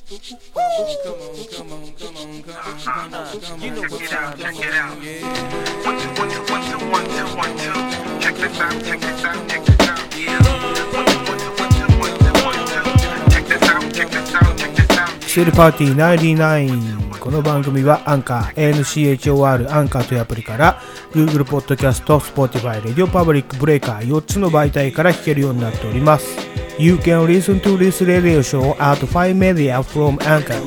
You know what time it is. 1, 2, 1, 2, 1, 2, 1, 2, 1, 2. Check this out, check this out, check this out. Yeah. 1, 2, 1, 2, 1, 2, 1, 2, 1, 2. Check this out, check this out, check this out. シェルパーティー99。この番組はアンカー ANCHOR アンカーというアプリから Google Podcast、Spotify、Radio Public、Breaker 4つの媒体から聴けるようになっております。You can listen to this radio show at 5 media from Anchor。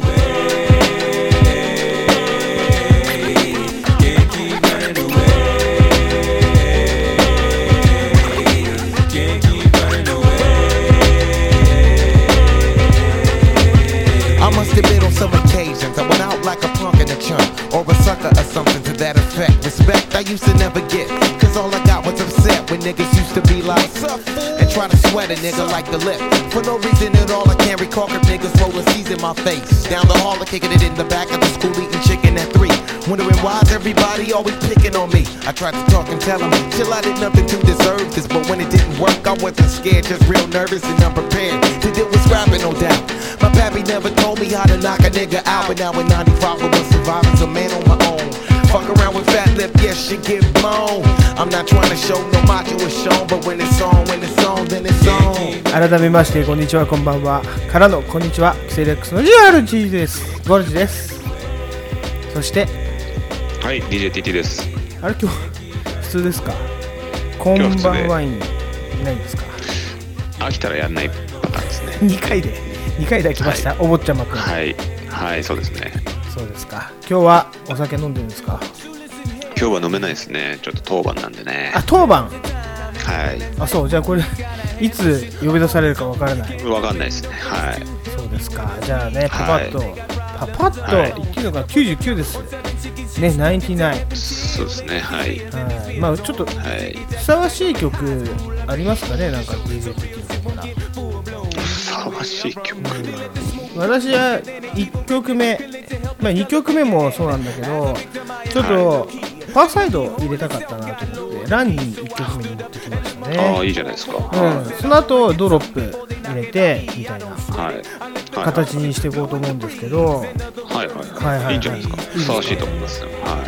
I must admit on some occasions I went out like a punk in a chunk or a sucker or something to that effect. Respect I used to never get, cause all I got was upset when niggas used to be like and try to sweat a nigga like the lip. For no reason at all I can't recall cause niggas rolling C's in my face. Down the hall kicking it in the back of the school eating chicken at 3. Wondering why's everybody always picking on me. I tried to talk and tell them chill, I did nothing to deserve this. But when it didn't work I wasn't scared, just real nervous and unprepared to deal with scrapping, no doubt. My pappy never told me how to knock a nigga out, but now in 95 I was surviving as a man on my own. Fuck around with fat lip, yes, shit get blown. I'm not trying to show no macho is shown, but when it's on, when it's on, then it's on. 改めましてこんにちは、こんばんはからのこんにちは、クセレックスの GRG です。ゴルジです。そしてはい、DJTT です。 あれ今日普通ですか？こんばんはいないんですか？ 飽きたらやんないパターンですね。2回で飽きました、 はい、お坊ちゃまくん。 はいはいそうですね。 そうですか。今日はお酒飲んでるんですか？ 今日は飲めないですね。ちょっと当番なんでね。 あ、当番。 はい。 あ、そう。じゃあこれいつ呼び出されるかわからない。 わかんないですね。はい。 そうですか。じゃあね、パパッと言っていいのか、99ですね。99。 そうですね。はい。 はい。まあちょっと、はい、ふさわしい曲ありますかね、なんか DJ 的な曲から。 ふさわしい曲。 私は1曲目、まあ、2曲目もそうなんだけど、ちょっとファーサイド入れたかったなと思ってランに1曲目に持ってきましたね。 ああ、いいじゃないですか。 その後ドロップ入れてみたいな形にしていこうと思うんですけど、 いいんじゃないですか。ふさわしいと思いますよ。はい。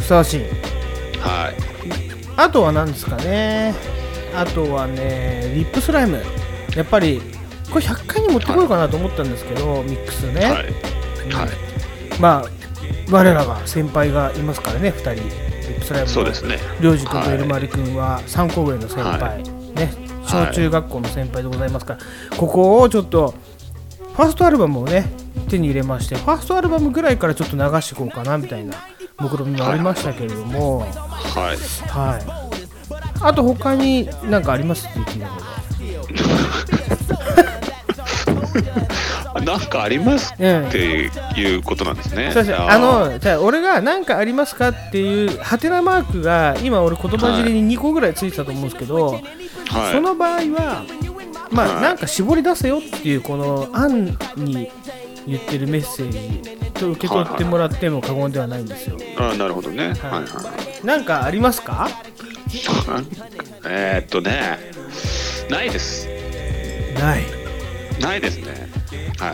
ふさわしい。 はい。 あとは何ですかね。あとはね、リップスライム。やっぱりこれ100回に持ってこようかなと思ったんですけど、ミックスね。はい。まあ我らが先輩がいますからね、2人。リップスライムのりょうじ君とエルマリ君は3個上の先輩、ね、小中学校の先輩でございますから、ここをちょっとファーストアルバムをね手に入れまして、ファーストアルバムぐらいからちょっと流していこうかなみたいな目論みもありましたけれども、 はい。 あと他に何かありますって聞いたので。 なんかありますっていうことなんですね。 じゃあ俺が何かありますかっていうハテナマークが今俺言葉尻に2個ぐらいついてたと思うんですけど、はい、その場合はまあなんか絞り出せよっていうこの案に言ってるメッセージと受け取ってもらっても過言ではないんですよ。 ああ、なるほどね。 なんかありますか？ ないです。ないですね。はい。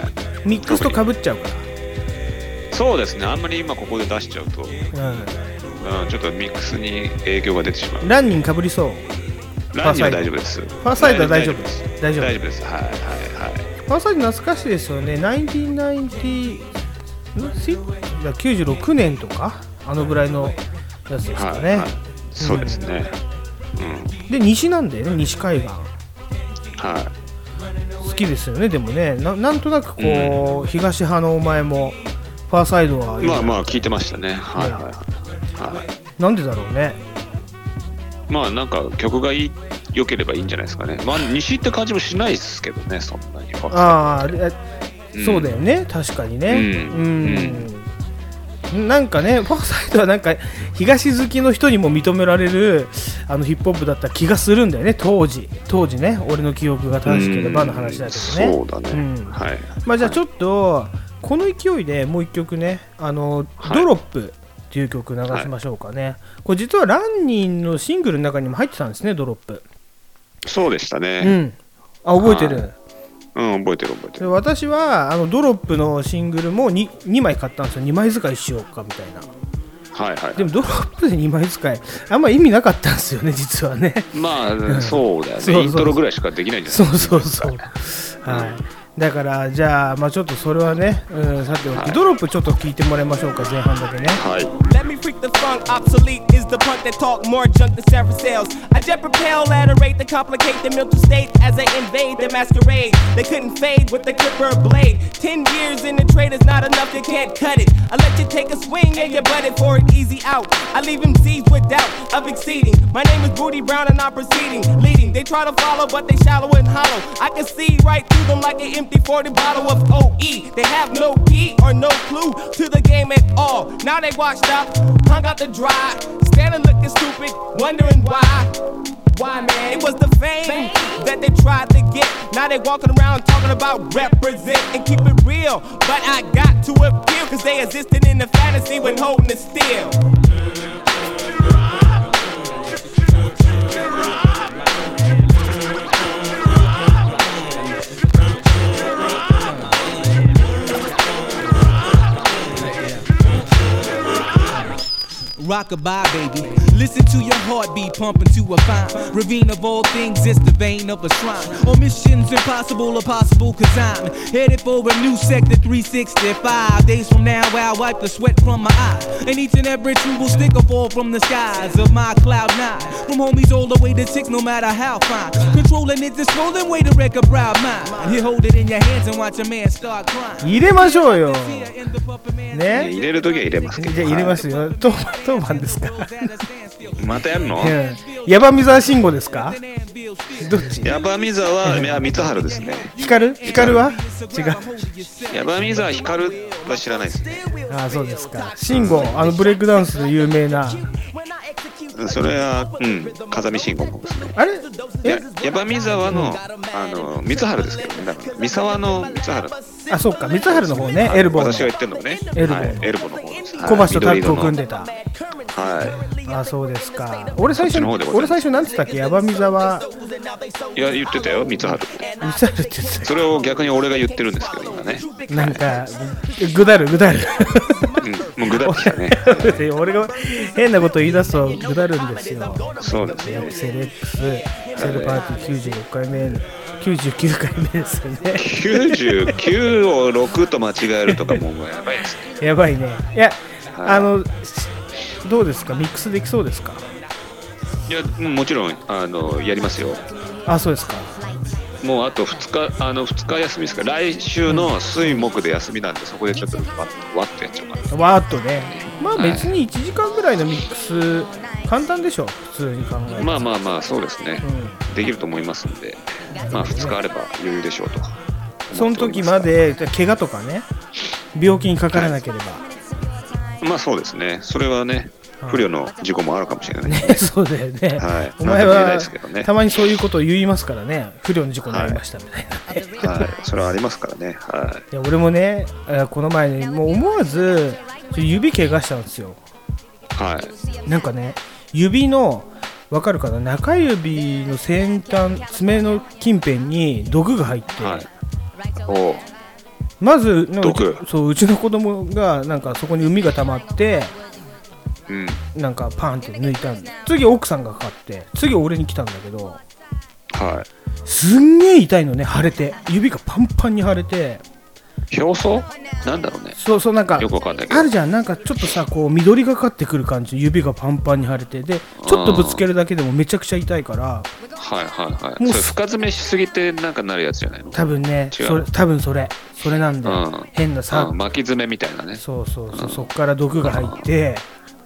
ミックスと被っちゃうから。 そうですね。あんまり今ここで出しちゃうと、ちょっとミックスに影響が出てしまう。 ランニン被りそう。 ランニンは大丈夫です。 ファーサイドは大丈夫です。 大丈夫です。はい。 ファーサイド懐かしいですよね。96年とかあのぐらいのやつですかね。 そうですね。 で西なんだよね、西海岸。 はい。 好きですよね。でもね、なんとなくこう、東派のお前もファーサイドはまあ聞いてましたね。はい。 なんでだろうね。 まあなんか曲が良ければいいんじゃないですかね。まあ西って感じもしないですけどね、そんなに。 そうだよね、確かにね。なんかね、ファーサイドはなんか東好きの人にも認められるヒップホップだった気がするんだよね、当時ね。俺の記憶が正しければの話だけどね。 そうだね。はい。 まあじゃあちょっとこの勢いでもう一曲ね、ドロップっていう曲流しましょうかね。これ実はランニンのシングルの中にも入ってたんですね、ドロップ。 そうでしたね。 あ、覚えてる。 覚えてる覚えてる。 私はドロップのシングルも 2枚買ったんですよ。2枚使いしようかみたいな。 はいはい。 でもドロップで2枚使いあんま意味なかったんですよね実はね。 まあそうだよね。イントロぐらいしかできないんじゃないですか。そうはい。だからじゃあちょっとそれはね、さておき、ドロップちょっと聞いてもらいましょうか、前半だけね。 はい。 Let me freak the funk, obsolete is the punk that talk more junk than Sarah sales. I jet propel at a rate to complicate the mental state as I invade the masquerade. They couldn't fade with the clipper blade. 10 years in the trade is not enough, you can't cut it. I let you take a swing and you butt it for an easy out. I leave them seized with doubt of exceeding. My name is Booty Brown and I'm proceeding, leading. They try to follow but they shallow and hollow. I can see right through them like an empty 40 bottle of OE. They have no key or no clue to the game at all. Now they washed up, hung out to dry, standing looking stupid, wondering why. Why, man? It was the fame that they tried to get. Now they walking around talking about represent and keep it real. But I got to appeal, cause they existed in the fantasy when holding it still. Rockabye, baby. Listen to your heartbeat pumping to a fine ravine of all things, it's the vein of a shrine. All missions impossible or possible, cause I'm headed for a new sector 365. Days from now, I'll wipe the sweat from my eye. And each and every tree will stick or fall from the skies of my cloud nine. From homies all the way to 6, no matter how fine. Controlling it, the swollen way to wreck a proud mind. You hold it in your hands and watch a man start crying. 入れましょうよね。 入れるときは入れますけど。 じゃあ入れますよ。当番ですか。 またやるの？ ヤバミザ慎吾ですか？どっち？ ヤバミザは光晴ですね。 光は？違う。 ヤバミザ光は知らないですね。 ああそうですか。慎吾ブレイクダンスで有名な。 それは風見慎吾もですね。 あれ？ ヤバミザワの光晴ですけどね。だから三沢の光晴。 あそうか、光晴の方ね。エルボー。 私が言ってるのもね。エルボの方です。 小橋とタッグを組んでた。 はい。 あそうですか。俺最初なんつったっけ？ヤバミザワ。 いや言ってたよ、光晴って。 光晴って言ってた。 それを逆に俺が言ってるんですけど今ね。 なんかぐだる。 もうぐだってきたね。 俺が変なこと言い出すとぐだるんですよ。 そうですね。 セレックスセルパーティー96回目99回目ですよね。 99を6と間違えるとかもうやばいですね。 やばいね。いやどうですか、ミックスできそうですか？ いやもちろんやりますよ。 あそうですか。 もうあと2日休みですから、来週の水木で休みなんで、そこでちょっとわっとやっちゃうかな。 わーっとね。まあ別に1時間ぐらいのミックス簡単でしょ、普通に考えて。 まあそうですね、できると思いますんで、まあ2日あれば余裕でしょうと。 その時まで怪我とかね、病気にかからなければ、 まあそうですね。それはね、不慮の事故もあるかもしれないね。そうだよね。お前はたまにそういうことを言いますからね。不慮の事故になりましたみたいな。 はい、それはありますからね。はい。 いや俺もね、この前にもう思わず指怪我したんですよ。 はい。 なんかね、指のわかるかな、中指の先端爪の近辺に毒が入って、 はい、おまず毒、 うちの子供がなんかそこに膿が溜まって。なんかパンって抜いたんで、次奥さんがかかって、次俺に来たんだけど、 はい、 すんげえ痛いのね。腫れて指がパンパンに腫れて。 表層なんだろうね。 そうなんかよくわかんないけど、 あるじゃん、なんかちょっとさこう緑がかってくる感じ、指がパンパンに腫れて、でちょっとぶつけるだけでもめちゃくちゃ痛いから。 もう深爪しすぎてなんかなるやつじゃないの？多分ね、 それなんだよ、変なさ、 巻き爪みたいなね。 そう、そっから毒が入って、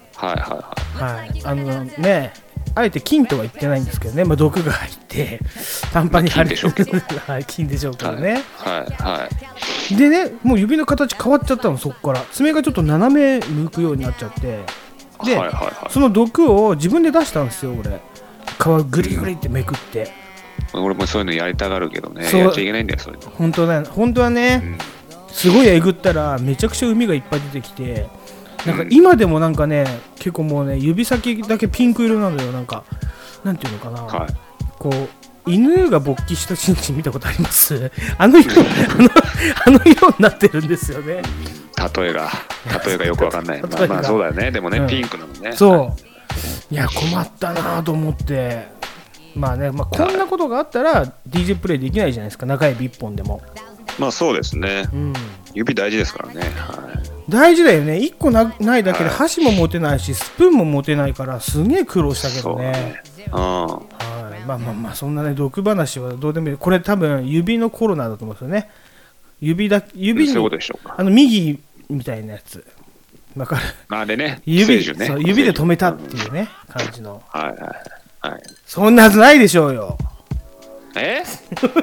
ね、あえて菌とは言ってないんですけどね、まあ、毒が入ってパンパンに腫れてる菌でしょうけどね。でね、もう指の形変わっちゃったの。そっから爪がちょっと斜め向くようになっちゃって、で、その毒を自分で出したんですよ。俺皮グリグリってめくって。 俺もそういうのやりたがるけどね、やっちゃいけないんだよ、そういうの。 本当はね、すごいえぐったらめちゃくちゃ膿がいっぱい出てきて、なんか今でもなんかね、結構もうね、指先だけピンク色なのよ。なんかなんていうのかな、こう犬が勃起したチンチン見たことあります？あの色になってるんですよね。 例えがよくわかんない。まあそうだよね。でもね、ピンクなのね。 そう。いや困ったなと思って。まあね、まあ、こんなことがあったら DJ プレイできないじゃないですか、中指1本でも。 まあそうですね。指大事ですからね。 大事だよね。1個ないだけで箸も持てないし、スプーンも持てないからすげえ苦労したけどね。まあそんなね毒話はどうでもいい。これ多分指のコロナだと思うんですよね。指にそういうことでしょうか。 右みたいなやつわかる？あれね、指で止めたっていうね感じの。そんなはずないでしょうよ。ちょっ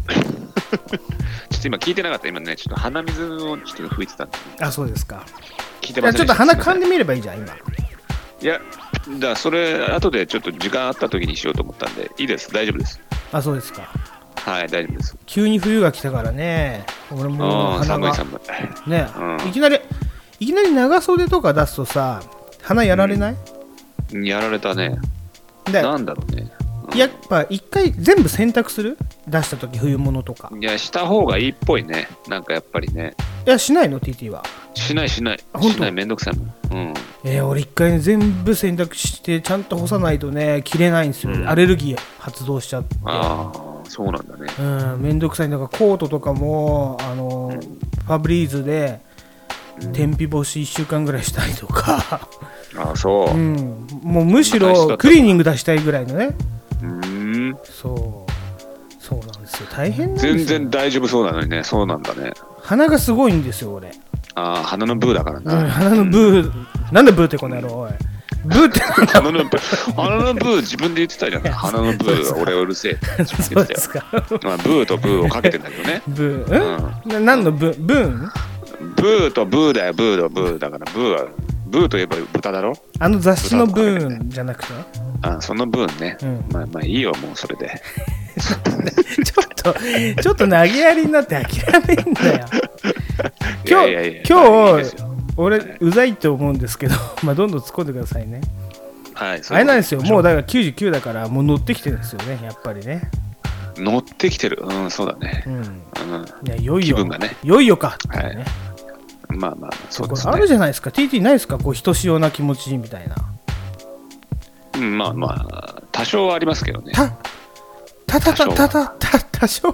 と今聞いてなかった。今ね、ちょっと鼻水をちょっと吹いてたんで。あ、そうですか。聞いてませんでした。ちょっと鼻噛んでみればいいじゃん今。 いや、それ後でちょっと時間あった時にしようと思ったんで、いいです、大丈夫です。 あ、そうですか。 はい、大丈夫です。 急に冬が来たからね。俺も鼻が寒いね、いきなり長袖とか出すとさ、鼻やられない？ やられたね。なんだろうね。 やっぱ一回全部洗濯する？出した時冬物とか。 いや、した方がいいっぽいね。なんかやっぱりね。 いや、しないの TT は。 しない。めんどくさいもん。 俺一回、ね、全部洗濯してちゃんと干さないとね着れないんですよ。アレルギー発動しちゃって。 ああ、そうなんだね。 めんどくさい。だからコートとかもファブリーズで天日干し1週間ぐらいしたりとか。 ああ、そう。 もうむしろクリーニング出したいぐらいのね。そうなんですよ。大変なんですよ。全然大丈夫そうなのにね。そうなんだね。 鼻がすごいんですよ俺。 ああ、鼻のブーだからな。 鼻のブー、なんでブーってこの野郎おい。ブーって鼻のブー自分で言ってたじゃん。鼻のブー俺うるせえって言ってたよ。そうですか。まあブーとブーをかけてんだけどね。 ブー？何のブー？ブーン？ ブーとブーだよ。ブーとブーだからブーといえば豚だろ。 雑誌のブーンじゃなくて？ そのブーンね。まあいいよもうそれで。 ちょっと投げやりになって諦めんだよ。今日俺うざいって思うんですけど、まあどんどん突っ込んでくださいね。はい。あれなんですよ。もうだから99だからもう乗ってきてるんですよね。やっぱりね。 乗ってきてる。そうだね。 いや、いよいよ気分がね。 いよいよかってね。 まあそうですね。 あるじゃないですか。TT ないですか？こうひとしおな気持ちみたいな。 まあ多少はありますけどね。 多少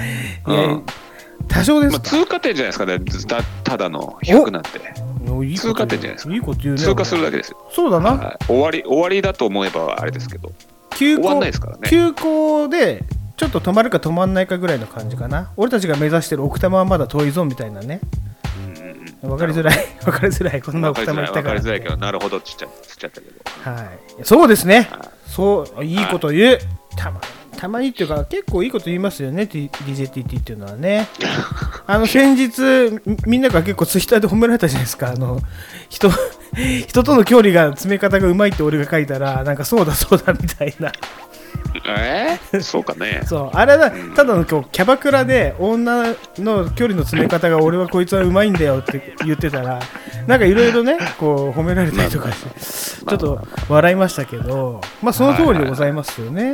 多少ですか。 通過点じゃないですかね。ただの100なんて通過点じゃないですか。 いいこと言うね。 通過するだけですよ。 そうだな。 終わりだと思えばあれですけど、終わんないですからね。 急行でちょっと止まるか止まんないかぐらいの感じかな。俺たちが目指してる奥多摩はまだ遠いぞみたいなね。分かりづらいこの前奥多摩行ったから。 分かりづらいけど、なるほどっつっちゃったけど。 はい。そうですね。そういいこと言う。たまにっていうか結構いいこと言いますよね。DJTT っていうのはね。先日みんなが結構ツイッターで褒められたじゃないですか。人との距離が詰め方がうまいって俺が書いたらなんかそうだみたいな。 そうかね。 そうあれだ、ただのキャバクラで女の距離の詰め方が俺はこいつはうまいんだよって言ってたらなんかいろいろねこう褒められたりとかしてちょっと笑いましたけど、まあその通りでございますよね。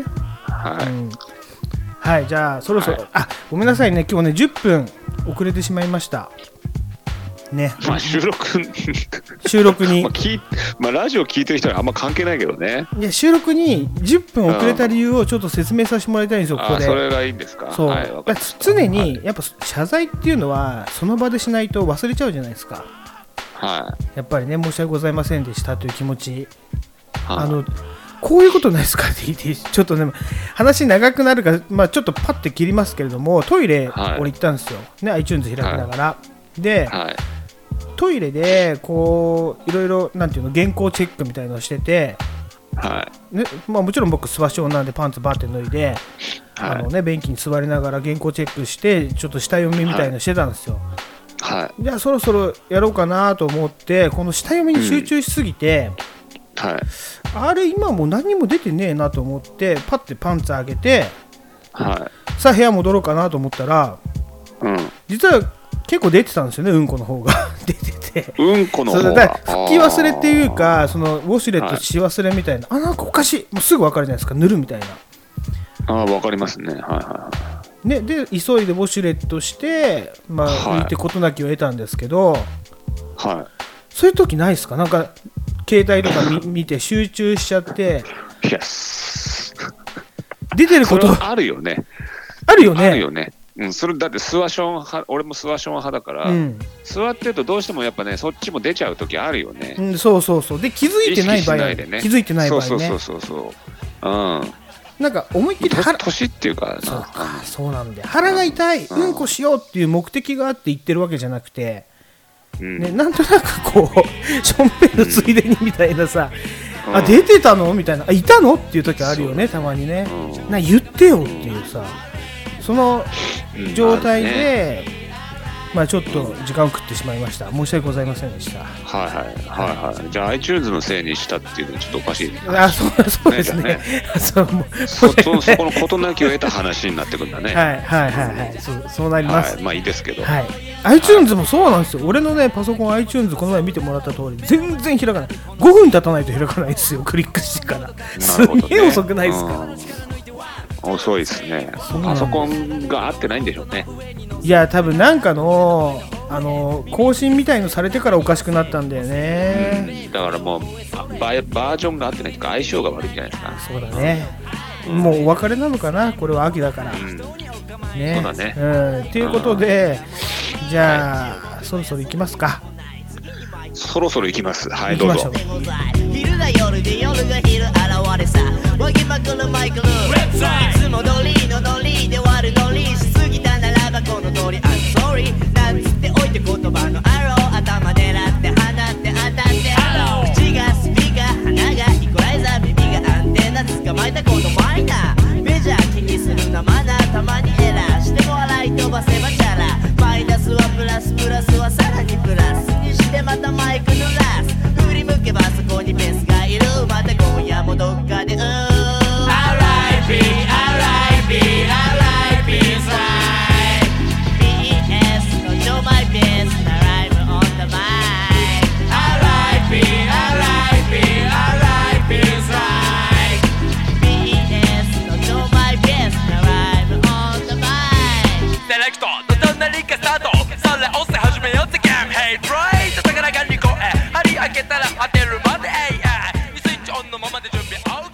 はい、じゃあそろそろ、ごめんなさいね、今日ね10分遅れてしまいましたね。 まあ収録にラジオ聞いてる人はあんま関係ないけどね。 いや収録に10分遅れた理由をちょっと説明させてもらいたいんですよ。ここでそれがいいんですか。 そう、常にやっぱ謝罪っていうのはその場でしないと忘れちゃうじゃないですか。やっぱりね、申し訳ございませんでしたという気持ち、こういうことないですかって言ってちょっとね話長くなるから、まあ、ちょっとパッて切りますけれども、トイレ俺行ったんですよ、ね、iTunes 開きながら、で、トイレでこういろいろなんていうの原稿チェックみたいなのをしてて、ね、まあ、もちろん僕スワショーなんでパンツバーって脱いで、便器に座りながら原稿チェックしてちょっと下読みみたいなのしてたんですよ。じゃあそろそろやろうかなと思ってこの下読みに集中しすぎて、あれ今もう何も出てねえなと思ってパッてパンツ上げて、さあ部屋戻ろうかなと思ったら、実は結構出てたんですよね、うんこの方が出てて、 うんこの方が拭き忘れっていうか、そのウォシュレットし忘れみたいな、なんかおかしい、もうすぐ分かるじゃないですか、塗るみたいな。 ああ、わかりますね。はいはね、で急いでウォシュレットして、まあはい浮いて事なきを得たんですけど、 い。はそういう時ないですか？なんか携帯とか見て集中しちゃってい。いや、 出てることそれはあるよね。 あるよね。 あるよね。うん、それだってスワション派、俺もスワション派だから、 うん座ってるとどうしてもやっぱね、そっちも出ちゃう時あるよね。 うん、そうそうそう。で気づいてない場合は意識しないでね。 気づいてない場合ね。 そう。うん。 なんか思いっきり腹年っていうかそうな。 か、そうなんだよ。腹が痛い、うんこしようっていう目的があって言ってるわけじゃなくて、 うんね、なんとなくこうしょんべんのついでにみたいなさ、 うんあ出てたのみたいな、あいたのっていう時あるよね、たまにね。 うんな言ってよっていうさ、その状態で、まあちょっと時間を食ってしまいました。申し訳ございませんでした。 はい。じゃあ iTunes のせいにしたっていうのはちょっとおかしいね。 あ、そうですね。 ねそうもうそこの事なきを得た話になってくるんだね。 はい、そうなります。 はい、まあいいですけど。 はい、iTunes もそうなんですよ。俺のねパソコン iTunes この前見てもらった通り全然開かない。5分経たないと開かないですよ。クリックしてからすなるほどねげえ遅くないですか？ 遅いですね。パソコンが合ってないんでしょうね。 いや多分なんかの更新みたいのされてからおかしくなったんだよね。 だからもうバージョンが合ってないというか相性が悪いんじゃないですか。 そうだね。もうお別れなのかな、これは秋だから、ね、 そうだね。 ということで、じゃあ、そろそろ行きますか。 そろそろ行きます。はい、どうぞ。 昼が夜で夜が昼現れさわきまくるマイクルいつも通りのノリで悪ノリしすぎたならばこの通り I'm sorry なんつっておいて言葉のアロー頭狙って放って当たって口がスピーカー鼻がイコライザー耳がアンテナ捕まえたことマイナーメジャー気にするなマナーたまにエラーしても笑い飛ばせばチャラマイナスはプラスプラスはさらにプラスにしてまたマイク濡らす振り向けばそこにベースがいるまた今夜もどっかでR.I.P. R.I.P. R.I.P. Right P.S. Don't show my best Now I'm on the mic R.I.P. R.I.P. R.I.P. Right P.S. Don't show my best Now I'm on the mic セレクトどんなリカスタートそれ押せ始めようぜゲーム Hey Bright 魚が2個張り開けたら当てるまでスイッチオンのままで準備 OK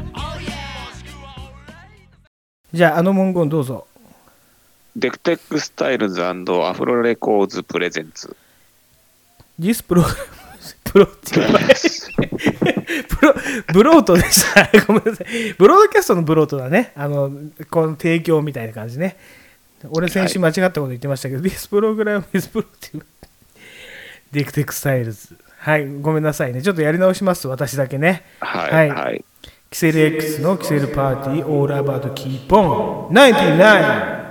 じゃあ、文言どうぞ。 デクテックスタイルズ&アフロレコーズプレゼンツ。 This program プロって言わないブロートでした。ごめんなさい。ブロードキャストのブロートだね。この提供みたいな感じね。俺先週間違ったこと言ってましたけど、This program is プロって言う。デクテックスタイルズ。はい、ごめんなさいね。ちょっとやり直します。私だけね。 はい。 キセル X のキセルパーティーオールアバウトキーポン99。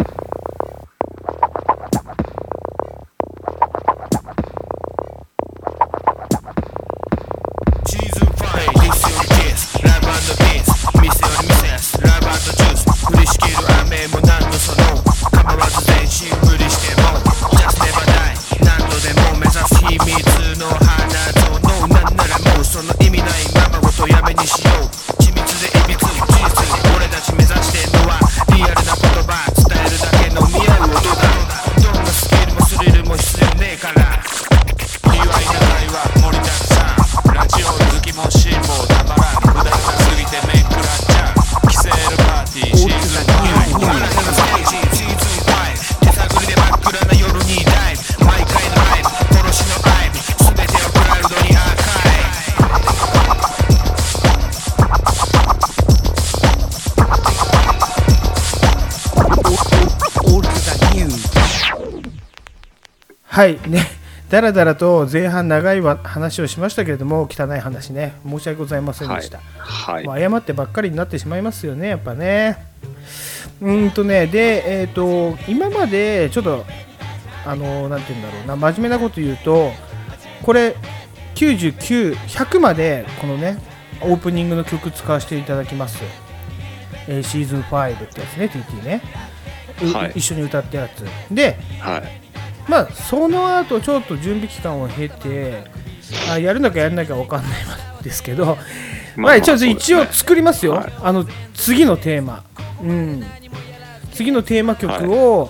はいね、だらだらと前半長い話をしましたけれども、汚い話ね、申し訳ございませんでした。謝ってばっかりになってしまいますよね、やっぱね。で、今までちょっとなんて言うんだろうな、真面目なこと言うと、これ99、100までこのねオープニングの曲使わせていただきます。シーズン5ってやつね、TT ね、一緒に歌ったやつで。まあその後ちょっと準備期間を経て、やるのかやらないか分かんないんですけど、一応作りますよ。次のテーマ次のテーマ曲を、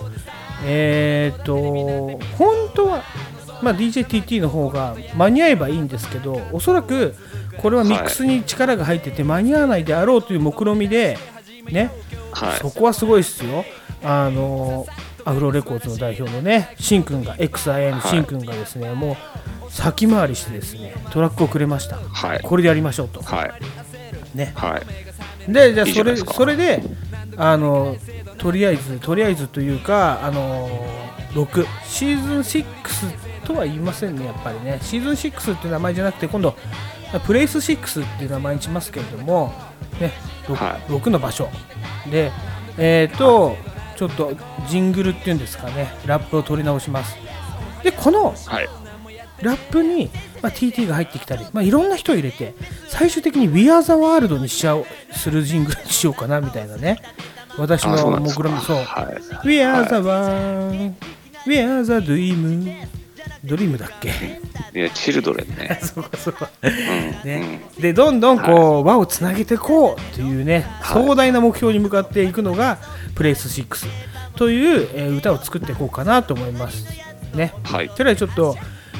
本当は、DJTT の方が間に合えばいいんですけど、おそらくこれはミックスに力が入ってて間に合わないであろうという目論見でね、そこはすごいですよ。アフロレコーズの代表のね、シンくんが XIM シンくんがですね、もう先回りしてですね、トラックをくれました。これでやりましょうと。ね。で、じゃあそれでとりあえずというか6シーズン6とは言いませんね、やっぱりね。シーズン6っていう名前じゃなくて、今度プレイス6っていう名前にしますけれどもね、6の場所でちょっとジングルっていうんですかね、ラップを取り直します。でこのラップに、TT が入ってきたり、いろんな人を入れて最終的に We Are the World にするジングルにしようかなみたいなね、私の目論見。そう、We Are the One We Are the Dream だっけ。 いや、チルドレンね。 そうね。でどんどんこう輪をつなげていこうというね、壮大な目標に向かっていくのがプレイス6という、歌を作っていこうかなと思いますね。それはちょっと、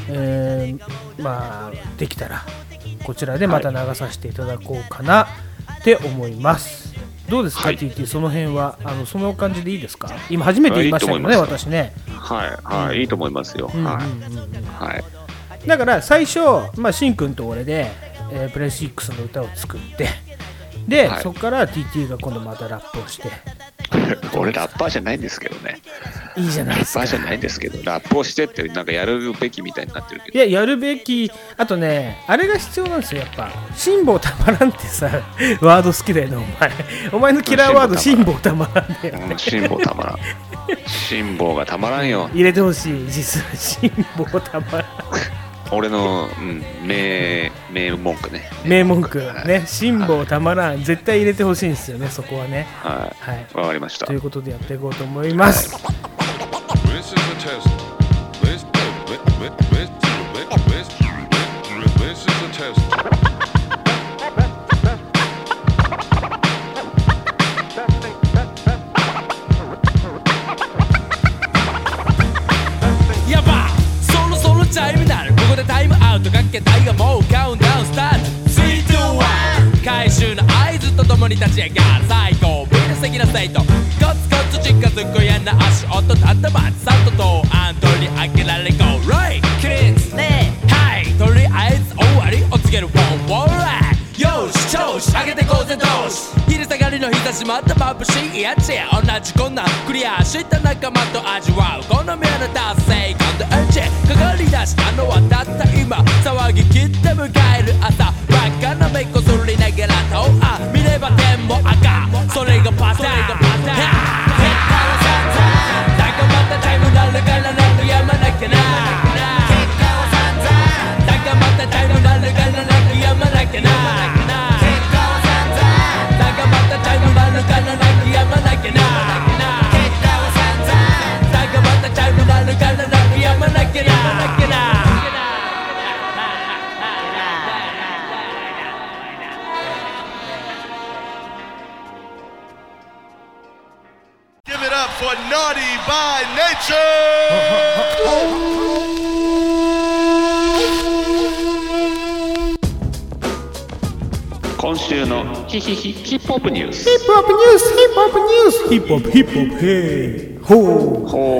できたらこちらでまた流させていただこうかなって思います。どうですか、TT、その辺はその感じでいいですか。今初めて言いましたけどね、私ね。 いいと思いますよ。 だから最初、シンくんと俺で、プレイス6の歌を作って、で、そこから TT が今度またラップをして。 俺ラッパーじゃないんですけどね。 いいじゃないですか。 ラッパーじゃないんですけど、ラップをしてってなんかやるべきみたいになってるけど。 いや、やるべき。あとね、あれが必要なんですよ、やっぱ。辛抱たまらんってさ、ワード好きだよね、お前のキラーワード辛抱たまらんだよね。 辛抱たまらん。辛抱がたまらんよ。 入れてほしい、実は辛抱たまらん。 俺の、名文句ね。 名文句ね、辛抱たまらん、絶対入れてほしいんですよね、そこはね。 わかりました。 ということでやっていこうと思います。 やば、そろそろチャイムなる。ここでタイムアウトかけたいがもうカウントダウンスタート。3、2、1、回収の合図とともに立ち上がる最高。みんな席なさいとコツコツ近づくやな足音たったまさっととアンドに開けられゴーライキッズはいとりあえず終わりを告げるウォンウォーライよし調子上げてこうぜどうし昼下がりの日差しまた眩しいやつや同じこんなクリアした仲間と味わうこの目の達成感とエンジンかかり出したのはたった今騒ぎ切って迎える朝バカなめこすりながら遠見れば天も赤それがパターン結果は散々だがまたタイムなるからなくやまなきゃな結果は散々だがまたタイムなるからなくやまなきゃな結果は散々だがまたタイムなるからなくやまなきゃな結果は散々だがまたタイムなるからなくやまなきゃな For Naughty by Nature! 今週のヒップホップニュース。 ヒップホップニュース、ヒップホップニュース、ヒップホップ、ヒップホップ、ヘイほ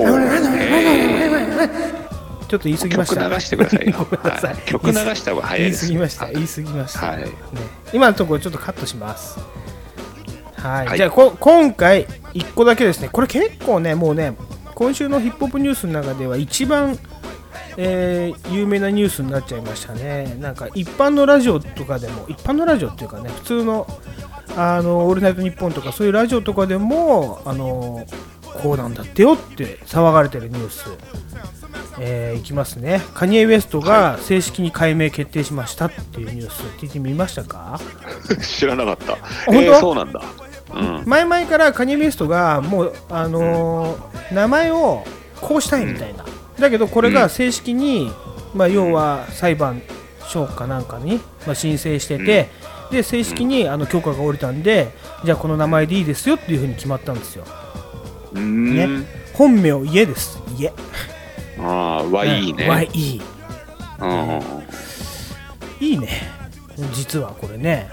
う。ちょっと言い過ぎました。 曲流してくださいよ。 ごめんなさい。 曲流した方が早いです。 言い過ぎました。ね、今のところちょっとカットします。はい、じゃあ今回1個だけですね。これ結構ね、もうね、今週のヒップホップニュースの中では一番、有名なニュースになっちゃいましたね。なんか一般のラジオとかでも、一般のラジオっていうかね、普通のオールナイトニッポンとかそういうラジオとかでもこうなんだってよって騒がれてるニュース、いきますね。カニエ・ウエストが正式に改名決定しましたっていうニュース、TT 見ましたか？ 知らなかった。 本当？ そうなんだ。 前々からカニエ・ウエストがもう、名前をこうしたいみたいな、だけどこれが正式に、要は裁判所かなんかに、申請してて、 で正式に許可が下りたんで、じゃあこの名前でいいですよっていう風に決まったんですよ。ね、本名家です。家。 ああ、YE ね。 YE。いいね。実はこれね。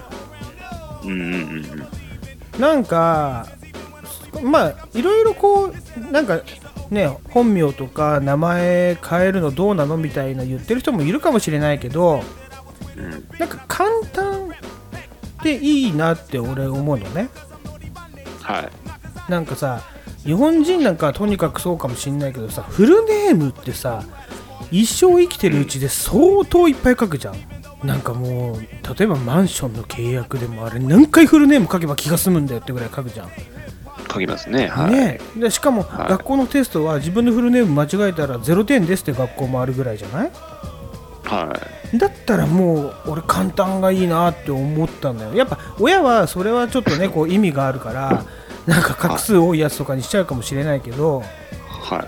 なんかまあいろいろこうなんかね、本名とか名前変えるのどうなのみたいな言ってる人もいるかもしれないけど、なんか簡単でいいなって俺思うのね。 はい。 なんかさ、日本人なんかはとにかくそうかもしれないけどさ、フルネームってさ、一生生きてるうちで相当いっぱい書くじゃん。なんかもう例えばマンションの契約でもあれ何回フルネーム書けば気が済むんだよってぐらい書くじゃん。 書きますね。はい。 ね、でしかも学校のテストは自分のフルネーム間違えたら0点ですって学校もあるぐらいじゃない？ はい。 だったらもう俺簡単がいいなって思ったんだよ。やっぱ親はそれはちょっとねこう意味があるからなんか画数多いやつとかにしちゃうかもしれないけど、 はい。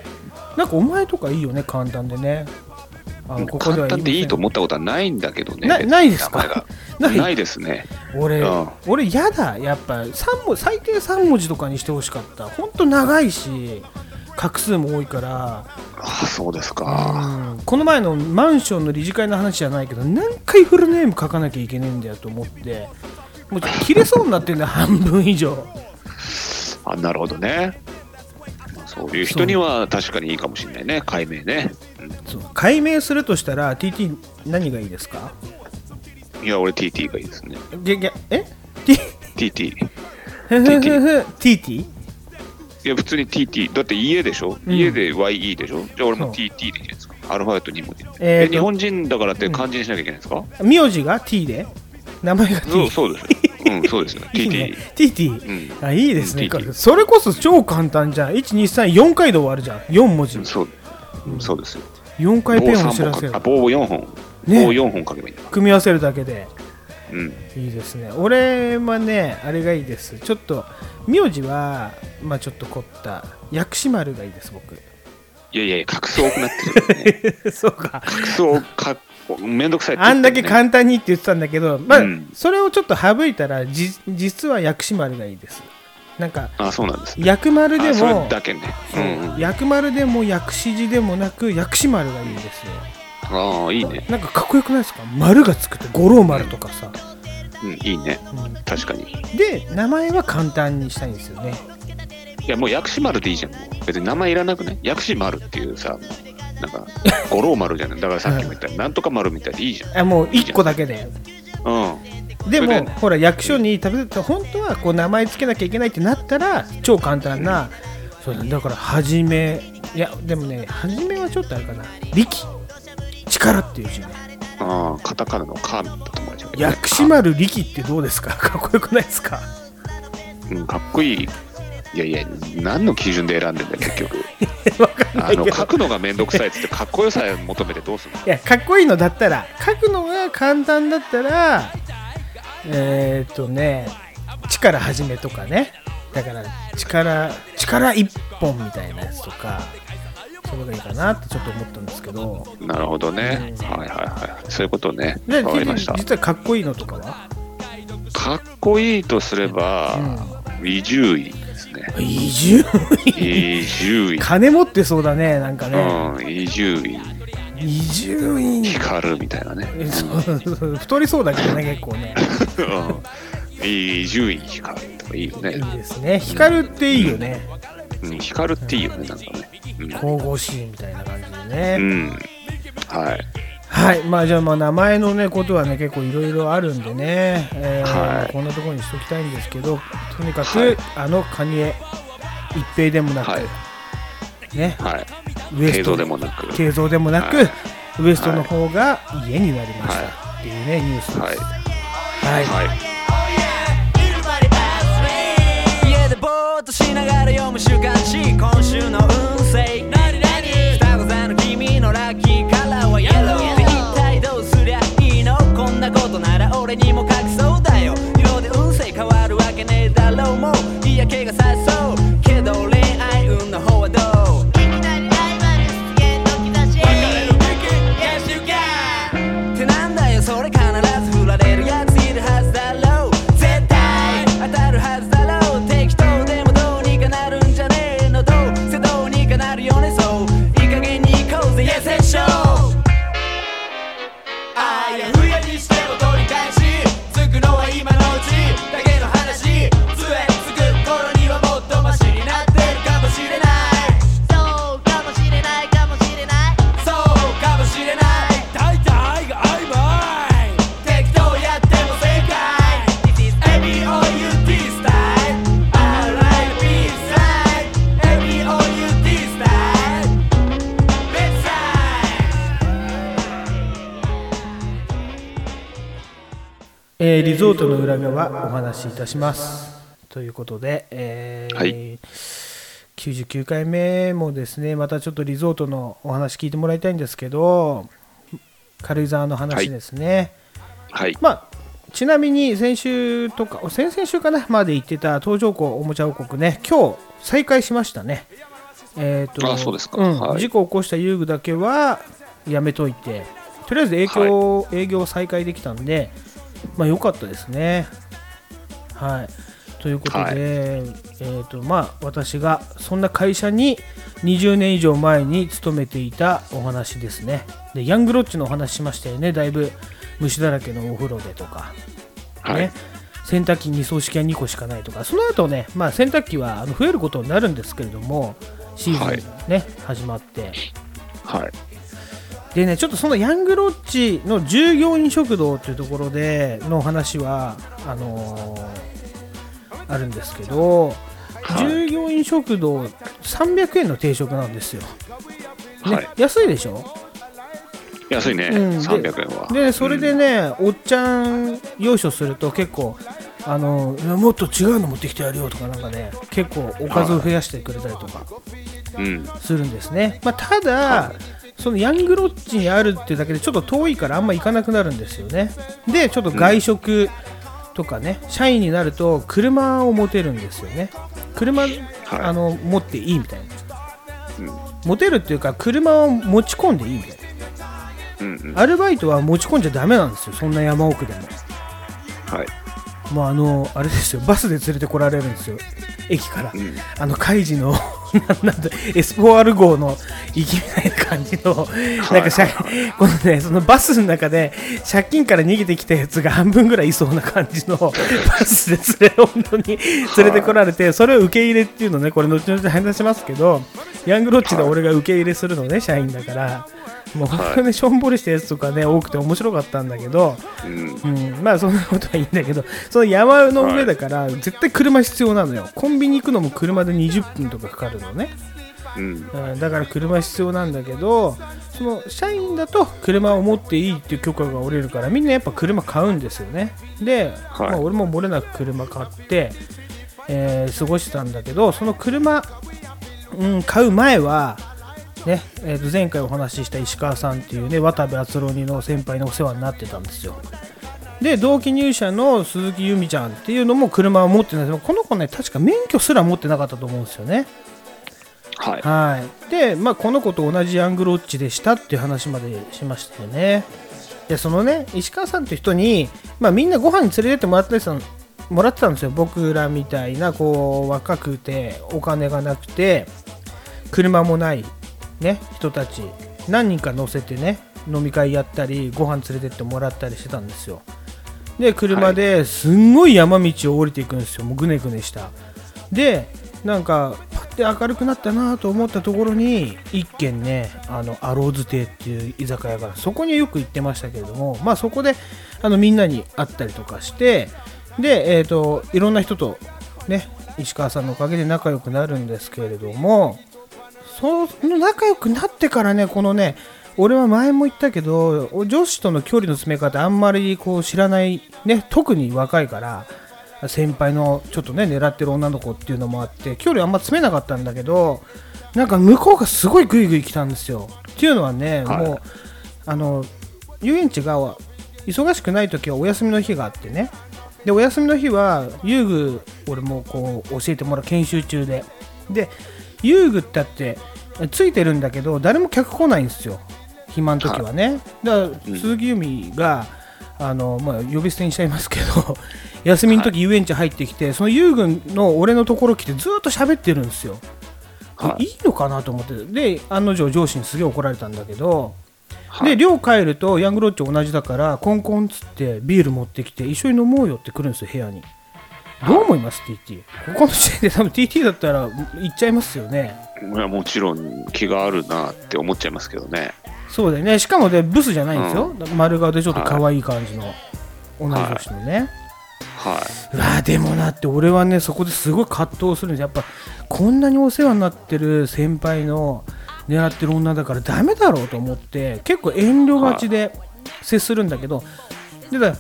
なんかお前とかいいよね、簡単でね。 ここでは簡単でいいと思ったことはないんだけどね。 ないですか？ ないですね。 俺やだ。やっぱ最低3文字とかにしてほしかった。ほんと長いし画数も多いから。 あ、そうですか。 この前のマンションの理事会の話じゃないけど、何回フルネーム書かなきゃいけないんだよと思ってもう切れそうになってんだよ半分以上。 あ、なるほどね。そういう人には確かにいいかもしれないね、解明ね。 そう、解明するとしたら TT 何がいいですか？ いや、俺 TT がいいですね。TT TT？ いや、普通に TT だって家でしょ、家で YE でしょ。じゃあ俺も TT でいいじゃないですか。アルファベット2文字。日本人だからって漢字にしなきゃいけないんですか？ 名字が T で名前が T。 そうです。そうですよ。 TT。あ、いいですね。それこそ超簡単じゃん。1、2、3、4回で終わるじゃん。4文字。 そうですよ。 4回ペンを知らせる。 棒を4本。棒を4本書けばいい。 組み合わせるだけで。いいですね。俺はね、あれがいいです。ちょっと名字はまあちょっと凝った薬師丸がいいです、僕。 いや、画数多くなってる、ね。 そうか。 画数をめんどくさいって、 あんだけ簡単にって言ってたんだけど、まあそれをちょっと省いたら実は薬師丸がいいです。なんかそうなんです、 ね、薬丸でもそれだけね、 薬丸でも薬師寺でもなく薬師丸がいいですよ。 ああ、いいね。 なんかかっこよくないですか？丸がつくと五郎丸とかさ。 いいね、確かに。 で名前は簡単にしたいんですよね。 いや、もう薬師丸でいいじゃん。もう別に名前いらなくない？薬師丸っていうさ、なんか五郎丸じゃない。だからさっきも言ったなんとか丸みたいでいいじゃん。 もう1個だけで。でもほら役所に本当はこう名前つけなきゃいけないってなったら超簡単な、そうだからはじめ、いやでもね、はじめはちょっとあれかな、力っていう字ね。 カタカナのカだと思うじゃん。 薬師丸力ってどうですか？かっこよくないですか？ かっこいい。いや、何の基準で選んでんだよ結局。書くのがめんどくさいっつってかっこよさを求めてどうするの？ いや、かっこいいのだったら、書くのが簡単だったら力はじめとかね。だから力一本みたいなやつとか、それがいいかなってちょっと思ったんですけど。 なるほどね、そういうことね。わかりました。 実はかっこいいのとかは？ かっこいいとすれば伊集院ですね。 伊集院金持ってそうだね、なんかね。 伊集院光みたいなね。 太りそうだけどね、結構ね。 伊集院光とかいいよね。 いいですね。光っていいよね。 光っていいよね、なんかね。 神々しいみたいな感じでね。 はい、 まあじゃあ名前のねことはね結構いろいろあるんでね、こんなところにしときたいんですけど、とにかくカニエ一平でもなく、ね、ウエスト慶三でもなく、ウエストの方が家になりましたっていうねニュースです。 家でぼーっとしながら読む週刊誌、今週の運勢双子座の君のラッキーカラーはイエロー。一体どうすりゃいいの？こんなことなら俺にも書きそうだよ。色で運勢変わるわけねえだろう。もう嫌気がさしそうけど恋愛運の方はどう？いきなりライバル出現の兆し、別れるべき Yes you can ってなんだよそれ、必ず振られるやついるはずだろ。 リゾートの裏側お話しいたしますということで、 はい、 99回目もですね、またちょっとリゾートのお話聞いてもらいたいんですけど、軽井沢の話ですね。 はい、 まあちなみに先週とか先々週かなまで行ってた東条湖おもちゃ王国ね、今日再開しましたね。 そうですか、はい、 事故を起こした遊具だけはやめといて、とりあえず営業再開できたんで、まあ良かったですね。はい。ということで、まあ私がそんな会社に20年以上前に勤めていたお話ですね。で、ヤングロッジのお話しましたよね。だいぶ虫だらけのお風呂でとか、 はいね、洗濯機2層式は2個しかないとか、その後ね、まあ洗濯機は増えることになるんですけれども、シーズンね、始まって、 はい。 でね、ちょっとそのヤングロッジの従業員食堂というところでの話はあるんですけど、従業員食堂300円の定食なんですよ、ね、はい、安いでしょ。 安いね、300円は。 でそれでね、おっちゃん用意すると結構もっと違うの持ってきてやるよとか、なんかね、結構おかずを増やしてくれたりとかするんですね。まあ、ただ、そのヤングロッジにあるっていうだけでちょっと遠いからあんま行かなくなるんですよね。でちょっと外食とかね、社員になると車を持てるんですよね。車、持っていいみたいな、持てるっていうか車を持ち込んでいいみたいな、アルバイトは持ち込んじゃダメなんですよ、そんな山奥でも。はい。もうあれですよ、バスで連れてこられるんですよ、駅から、カイジのなんだ S4R 号の行きみたいな感じの、なんかこのね、そのバスの中で借金から逃げてきたやつが半分ぐらいいそうな感じのバスで本当に連れてこられて、それを受け入れっていうのね、これ後々話しますけど、ヤングロッジで俺が受け入れするのね、社員だから。もう本当にしょんぼりしたやつとかね、多くて面白かったんだけど、まあそんなことはいいんだけど、その山の上だから絶対車必要なのよ。コンビニ行くのも車で20分とかかかるのね、だから車必要なんだけど、その社員だと車を持っていいっていう許可が下りるから、みんなやっぱ車買うんですよね。で、まあ、俺も漏れなく車買って、過ごしてたんだけど、その車、買う前はね、前回お話しした石川さんっていうね、渡部篤郎にの先輩のお世話になってたんですよ。で、同期入社の鈴木由美ちゃんっていうのも車を持ってないんですけど、この子ね、確か免許すら持ってなかったと思うんですよね。はい。で、まあ、この子と同じヤングロッジでしたっていう話までしましたよね。で、そのね、石川さんって人に、まあ、みんなご飯に連れてってもらってたんですよ。僕らみたいな、こう、若くて、お金がなくて、車もないね、人たち何人か乗せてね、飲み会やったりご飯連れてってもらったりしてたんですよ。で、車ですんごい山道を降りていくんですよ。もうぐねぐねした。で、なんかパッて明るくなったなと思ったところに一軒ね、アローズ亭っていう居酒屋が、そこによく行ってましたけれども、まあそこでみんなに会ったりとかして、で、いろんな人とね、石川さんのおかげで仲良くなるんですけれども、その仲良くなってからね、このね、俺は前も言ったけど、女子との距離の詰め方あんまりこう知らないね、特に若いから、先輩のちょっとね狙ってる女の子っていうのもあって距離あんま詰めなかったんだけど、なんか向こうがすごいグイグイ来たんですよ。っていうのはね、もう遊園地が忙しくない時はお休みの日があってね、でお休みの日は遊具俺もこう教えてもらう研修中で、遊具ってあってついてるんだけど誰も客来ないんですよ、暇の時はね。だから鈴木由美がまあ、呼び捨てにしちゃいますけど休みの時遊園地入ってきて、その遊具の俺のところ来てずっと喋ってるんですよ。いいのかなと思って、で案の定上司にすげえ怒られたんだけど、で寮帰るとヤングロッジ同じだからコンコンっつってビール持ってきて一緒に飲もうよって来るんですよ、部屋に。どう思います TT？ ここの時点で多分 TT だったら行っちゃいますよね。いやもちろん気があるなって思っちゃいますけどね。そうだよね。しかもねブスじゃないんですよ、丸顔でちょっと可愛い感じの、同じ年のね、うわでもなって俺はねそこですごい葛藤するんです。やっぱこんなにお世話になってる先輩の狙ってる女だからダメだろうと思って結構遠慮がちで接するんだけど、で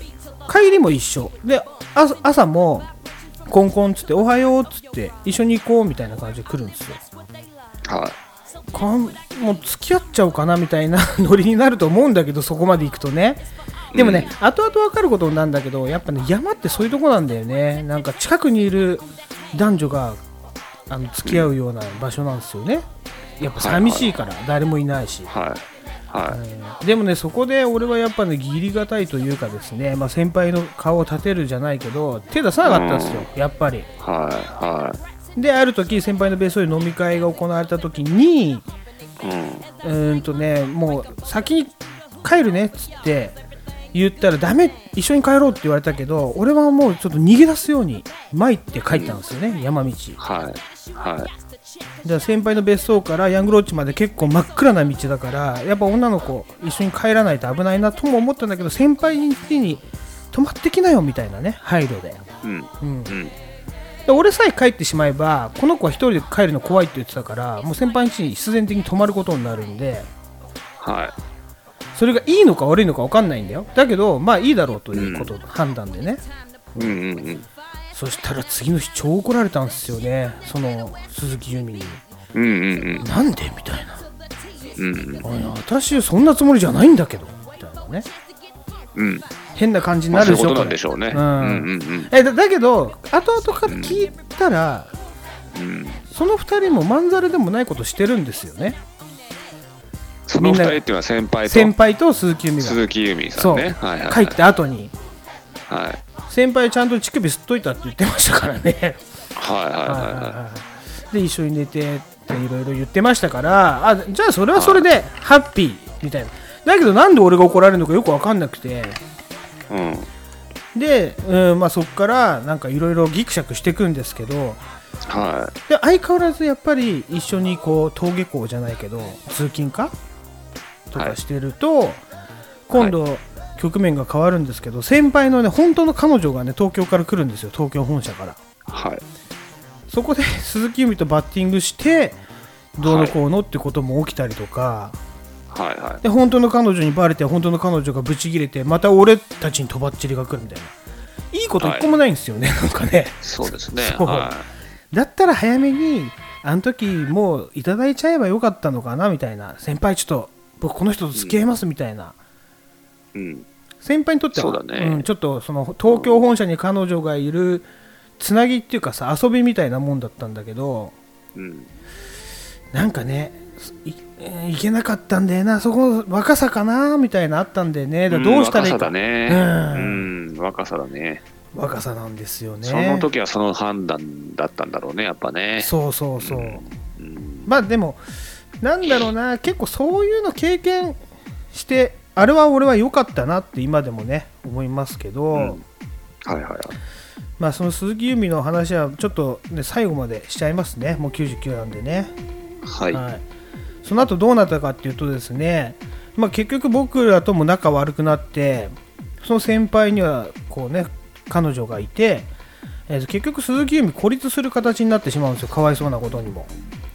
帰りも一緒で、朝もコンコンっつっておはようっつって一緒に行こうみたいな感じで来るんですよ。 はい。 もう付き合っちゃおうかなみたいなノリになると思うんだけど、そこまで行くとね。でもね、後々分かることなんだけど、やっぱね、山ってそういうとこなんだよね。なんか近くにいる男女が付き合うような場所なんですよね。やっぱ寂しいから、誰もいないし、でもね、そこで俺はやっぱね、義理がたいというかですね、先輩の顔を立てるじゃないけど、手出さなかったんですよ、やっぱり。で、ある時先輩の別荘で飲み会が行われた時に、もう先に帰るねっつって言ったら、ダメ、一緒に帰ろうって言われたけど、俺はもうちょっと逃げ出すように参って帰ったんですよね、山道。じゃあ先輩の別荘からヤングロッジまで結構真っ暗な道だから、やっぱ女の子一緒に帰らないと危ないなとも思ったんだけど、先輩に家に泊まってきなよみたいなね、配慮で、で俺さえ帰ってしまえば、この子は一人で帰るの怖いって言ってたから、もう先輩の家に必然的に泊まることになるんで、それがいいのか悪いのか分かんないんだよ。だけどまあいいだろうということ、判断でね。そしたら次の日超怒られたんですよね、その鈴木由美に。なんでみたいな、私そんなつもりじゃないんだけどみたいなね、変な感じになるでしょ。 そういうことなんでしょうね。 だけど後々から聞いたら、その2人もまんざらでもないことしてるんですよね。 その2人っていうのは先輩と鈴木由美が。 鈴木由美さんね。 帰った後に、先輩ちゃんと乳首吸っといたって言ってましたからね。で一緒に寝てっていろいろ言ってましたから、じゃあそれはそれでハッピーみたいな。だけどなんで俺が怒られるのかよく分かんなくて、で、そっからなんかいろいろギクシャクしていくんですけど、で相変わらずやっぱり一緒にこう登下校じゃないけど通勤かとかしてると、今度、局面が変わるんですけど、先輩のね本当の彼女がね東京から来るんですよ、東京本社から。そこで鈴木由美とバッティングしてどうのこうのってことも起きたりとか、で本当の彼女にバレて、本当の彼女がブチギレて、また俺たちにとばっちりが来るみたいな、いいこと一個もないんですよね、なんかね。 そうですね。 だったら早めにあの時もういただいちゃえばよかったのかなみたいな、先輩ちょっと僕この人と付き合いますみたいな、先輩にとってはちょっとその東京本社に彼女がいるつなぎっていうかさ、遊びみたいなもんだったんだけど、なんかねいけなかったんだよな、そこ若さかなみたいなあったんでね、どうしたらいいか。 若さだね。 若さなんですよね。 その時はその判断だったんだろうね、やっぱね。 でもなんだろうな、結構そういうの経験して、あれは俺は良かったなって今でもね思いますけど、その鈴木由美の話はちょっと、ね、最後までしちゃいますね。もう99なんでね。その後どうなったかっていうとですね、結局僕らとも仲悪くなって、その先輩にはこうね彼女がいて、結局鈴木由美孤立する形になってしまうんですよ、かわいそうなことにも。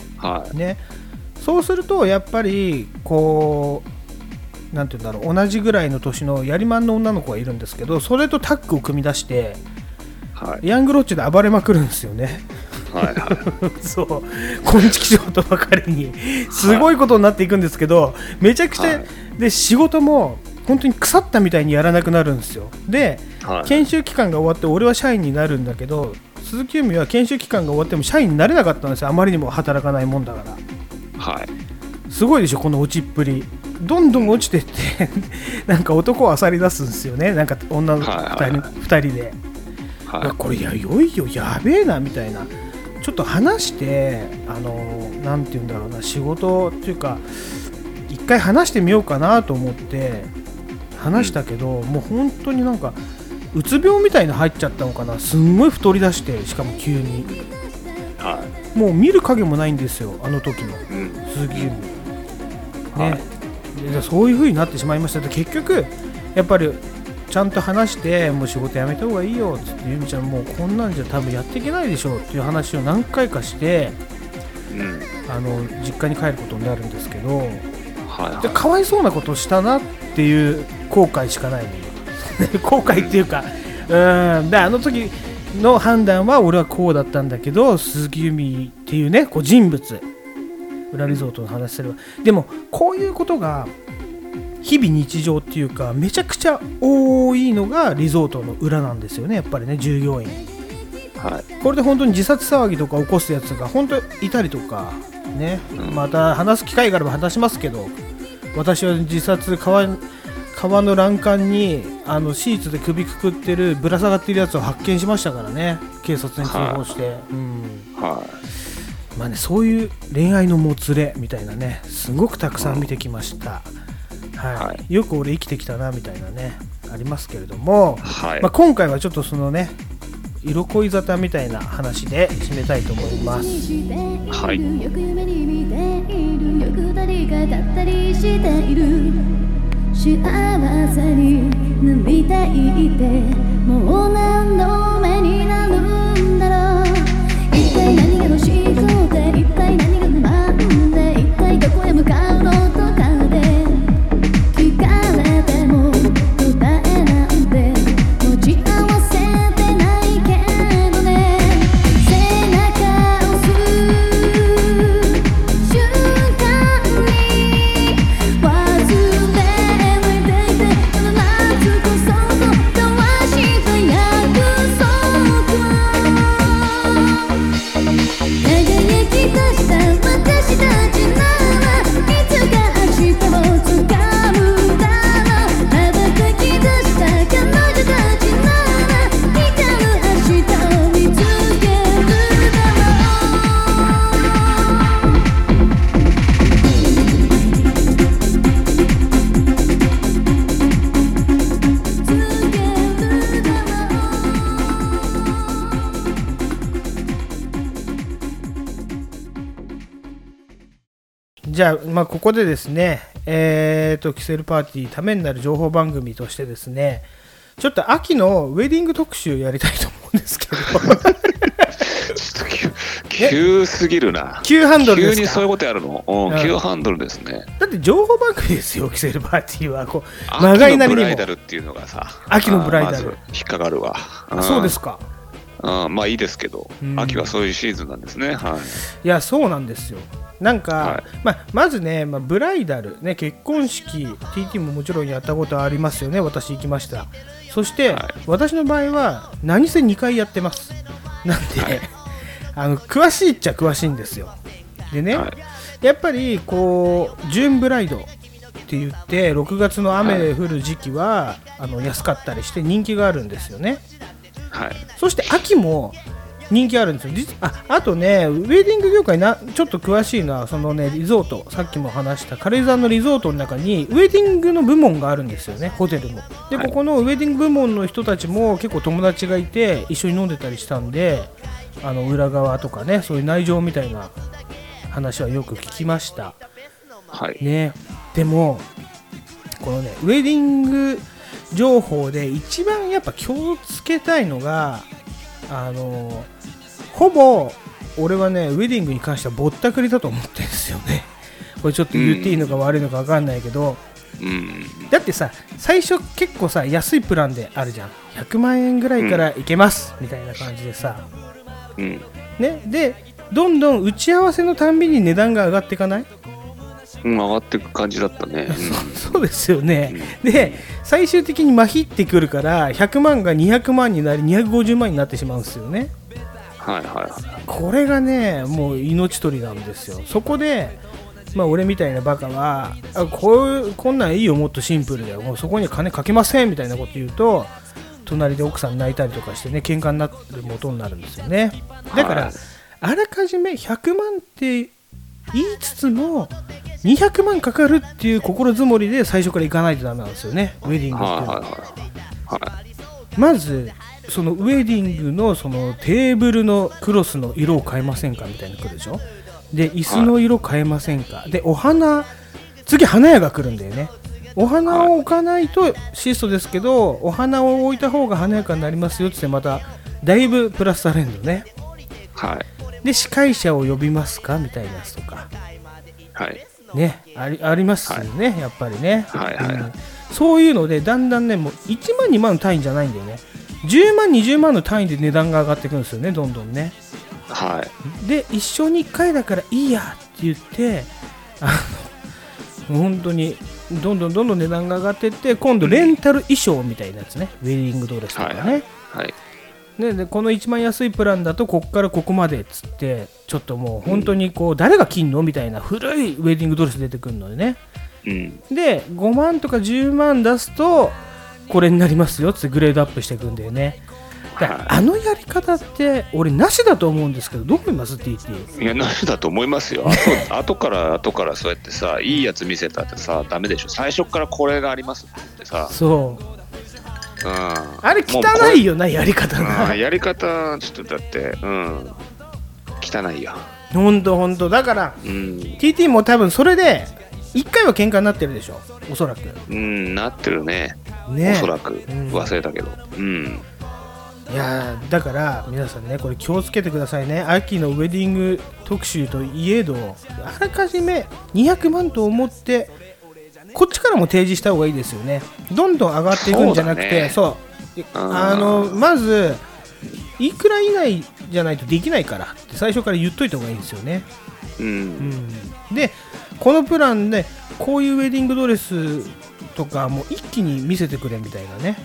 そうするとやっぱりこうなんていうんだろう、同じぐらいの年のやりまんの女の子がいるんですけど、それとタッグを組み出して、ヤングロッジで暴れまくるんですよね。そう、こんちきしょうとばかりにすごいことになっていくんですけど、めちゃくちゃで仕事も本当に腐ったみたいにやらなくなるんですよ。で、研修期間が終わって俺は社員になるんだけど、鈴木由美は研修期間が終わっても社員になれなかったんですよ、あまりにも働かないもんだから。すごいでしょこの落ちっぷり。どんどん落ちてってなんか男を漁り出すんですよね、なんか女の2人で。これいよいよやべえなみたいな、ちょっと話してなんていうんだろうな、仕事っていうか一回話してみようかなと思って話したけど、もう本当になんかうつ病みたいな入っちゃったのかな、すんごい太り出して、しかも急に、もう見る影もないんですよ、あの時の鈴木由美ね。そういう風になってしまいました。結局やっぱりちゃんと話して、もう仕事辞めた方がいいよって、由美ちゃんもうこんなんじゃ多分やっていけないでしょっていう話を何回かして、実家に帰ることになるんですけど、でかわいそうなことをしたなっていう後悔しかない後悔っていうか、であの時の判断は俺はこうだったんだけど、鈴木由美っていうねこう人物、裏リゾートの話すれば、でもこういうことが日々日常っていうかめちゃくちゃ多いのがリゾートの裏なんですよね、やっぱりね、従業員、はい、これで本当に自殺騒ぎとか起こすやつが本当いたりとかね、また話す機会があれば話しますけど、私は自殺、川の欄干にシーツで首くくってるぶら下がっているやつを発見しましたからね、警察に通報して、まあね、そういう恋愛のもつれみたいなね、すごくたくさん見てきました、よく俺生きてきたなみたいなねありますけれども、まあ、今回はちょっとそのね色恋沙汰みたいな話で締めたいと思います。 はい。よく夢に見ている、よく誰かだったりしている、幸せになりたいってもう何度目になるんだろう。一体何が欲しいとって一体何が不満で一体どこへ向かうのとかで聞かれても答えなんて持ち合わせてないけどね。背中を押す瞬間に忘れじゃあ、まあ、ここでですね、キセルパーティーためになる情報番組としてですね、ちょっと秋のウェディング特集やりたいと思うんですけどちょっと急すぎるな。 急ハンドルですか。 急にそういうことやるの、急ハンドルですね。 だって情報番組ですよ、キセルパーティーは。こう長いなりにも秋のブライダルっていうのがさ、 秋のブライダル、 まず引っかかるわ。 そうですか。 まあいいですけど、秋はそういうシーズンなんですね。 いや、そうなんですよ。なんか、まずね、ブライダル、ね、結婚式 TT ももちろんやったことありますよね。私行きました。そして、私の場合は何せ2回やってます。なんで、詳しいっちゃ詳しいんですよ。でね、やっぱりこうジューンブライドって言って6月の雨降る時期は、安かったりして人気があるんですよね。そして秋も人気あるんですよ。あとね、ウェディング業界ちょっと詳しいのは、そのね、リゾート、さっきも話した軽井沢のリゾートの中にウェディングの部門があるんですよね、ホテルも。で、ここのウェディング部門の人たちも結構友達がいて一緒に飲んでたりしたんで、裏側とかね、そういう内情みたいな話はよく聞きました、ね。でもこのね、ウェディング情報で一番やっぱ気をつけたいのが、ほぼ俺はね、ウェディングに関してはぼったくりだと思ってるんですよね。これちょっと言っていいのか悪いのか分かんないけど、だってさ、最初結構さ、安いプランであるじゃん。100万円ぐらいからいけますみたいな感じでさ、ね、でどんどん打ち合わせのたんびに値段が上がっていかない？ 上がっていく感じだったね。 そうですよね。で、最終的にまひってくるから100万が200万になり250万になってしまうんですよね。これがね、もう命取りなんですよ。そこで、俺みたいなバカはこんなんいいよ、もっとシンプルだよ、もうそこに金かけませんみたいなこと言うと、隣で奥さん泣いたりとかしてね、喧嘩になる元になるんですよね。だから、あらかじめ100万って言いつつも200万かかるっていう心づもりで最初から行かないとダメなんですよね、ウェディングっていうのは。まずそのウェディングのそのテーブルのクロスの色を変えませんかみたいなの来るでしょ。で、椅子の色変えませんか、で、お花、次花屋が来るんだよね。お花を置かないと質素ですけど、お花を置いた方が華やかになりますよってまただいぶプラスされるのね。で、司会者を呼びますかみたいなやつとか、 ね、ありますよね、やっぱりね、 はいはいはい、 そういうのでだんだんねもう1万2万の単位じゃないんだよね、10万20万の単位で値段が上がっていくんですよね、どんどんね。 はい、 で一生に1回だからいいやって言って本当にどんどん値段が上がっていって、今度レンタル衣装みたいなやつね、ウェディングドレスとかね、 はいはい、 でこの一番安いプランだとここからここまでっつってちょっともう本当にこう誰が着んのみたいな古いウェディングドレス出てくるのでね、で5万とか10万出すとこれになりますよってグレードアップしていくんだよね。あのやり方って俺なしだと思うんですけど、どう思います TT？ いや、なしだと思いますよ。後からそうやってさ、いいやつ見せたってさダメでしょ。最初からこれがありますってさ、 そう、あれ汚いよな、やり方な。 やり方ちょっとだって汚いよ。 ほんとだから、TT も多分それで1回は喧嘩になってるでしょ、おそらく。 なってるね、おそらく、忘れたけど。 いやだから皆さんね、これ気をつけてくださいね。秋のウェディング特集といえど、あらかじめ200万と思ってこっちからも提示した方がいいですよね。どんどん上がっていくんじゃなくて、そうまずいくら以内じゃないとできないからって最初から言っといた方がいいですよね。でこのプランでこういうウェディングドレスとかも一気に見せてくれみたいなね。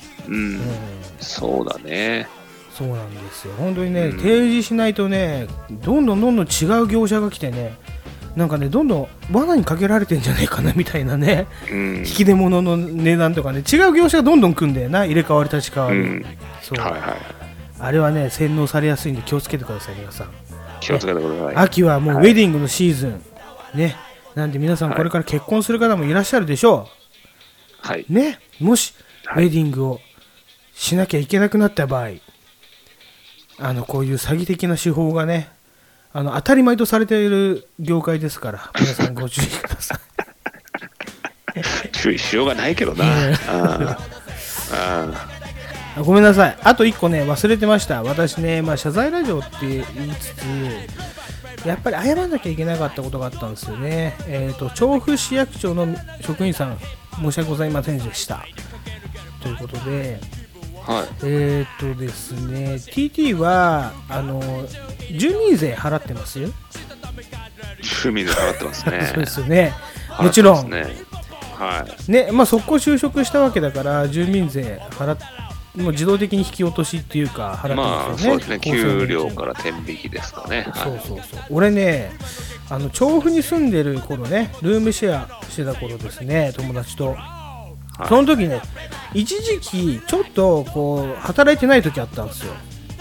そうだね。そうなんですよ。本当にね、提示しないとね、どんどん違う業者が来てね、なんかね、どんどん罠にかけられてんじゃないかなみたいなね、引き出物の値段とかね、違う業者がどんどん来んだよな、入れ替わり立ち替わり。そう、あれはね、洗脳されやすいんで気をつけてください、皆さん。気をつけてください。秋はもうウェディングのシーズン、ね、なんで皆さんこれから結婚する方もいらっしゃるでしょう。はい。ね、もしウェディングをしなきゃいけなくなった場合、こういう詐欺的な手法がね、当たり前とされている業界ですから、皆さんご注意ください。 注意しようがないけどな。 ごめんなさい。あと1個ね、忘れてました。私ね、謝罪ラジオって言いつつ、やっぱり謝らなきゃいけなかったことがあったんですよね。調布市役所の職員さん、申し訳ございませんでした。ということで、ですね、TT は住民税払ってますよ。 住民税払ってますね。 そうですよね。もちろん。 ね、 そこ就職したわけだから住民税もう自動的に引き落としっていうか払ってますよね。 そうですね。給料から天引きですかね。 そう。俺ね、調布に住んでる頃ね、ルームシェアしてた頃ですね、友達と。その時ね、一時期ちょっとこう働いてない時あったんですよ。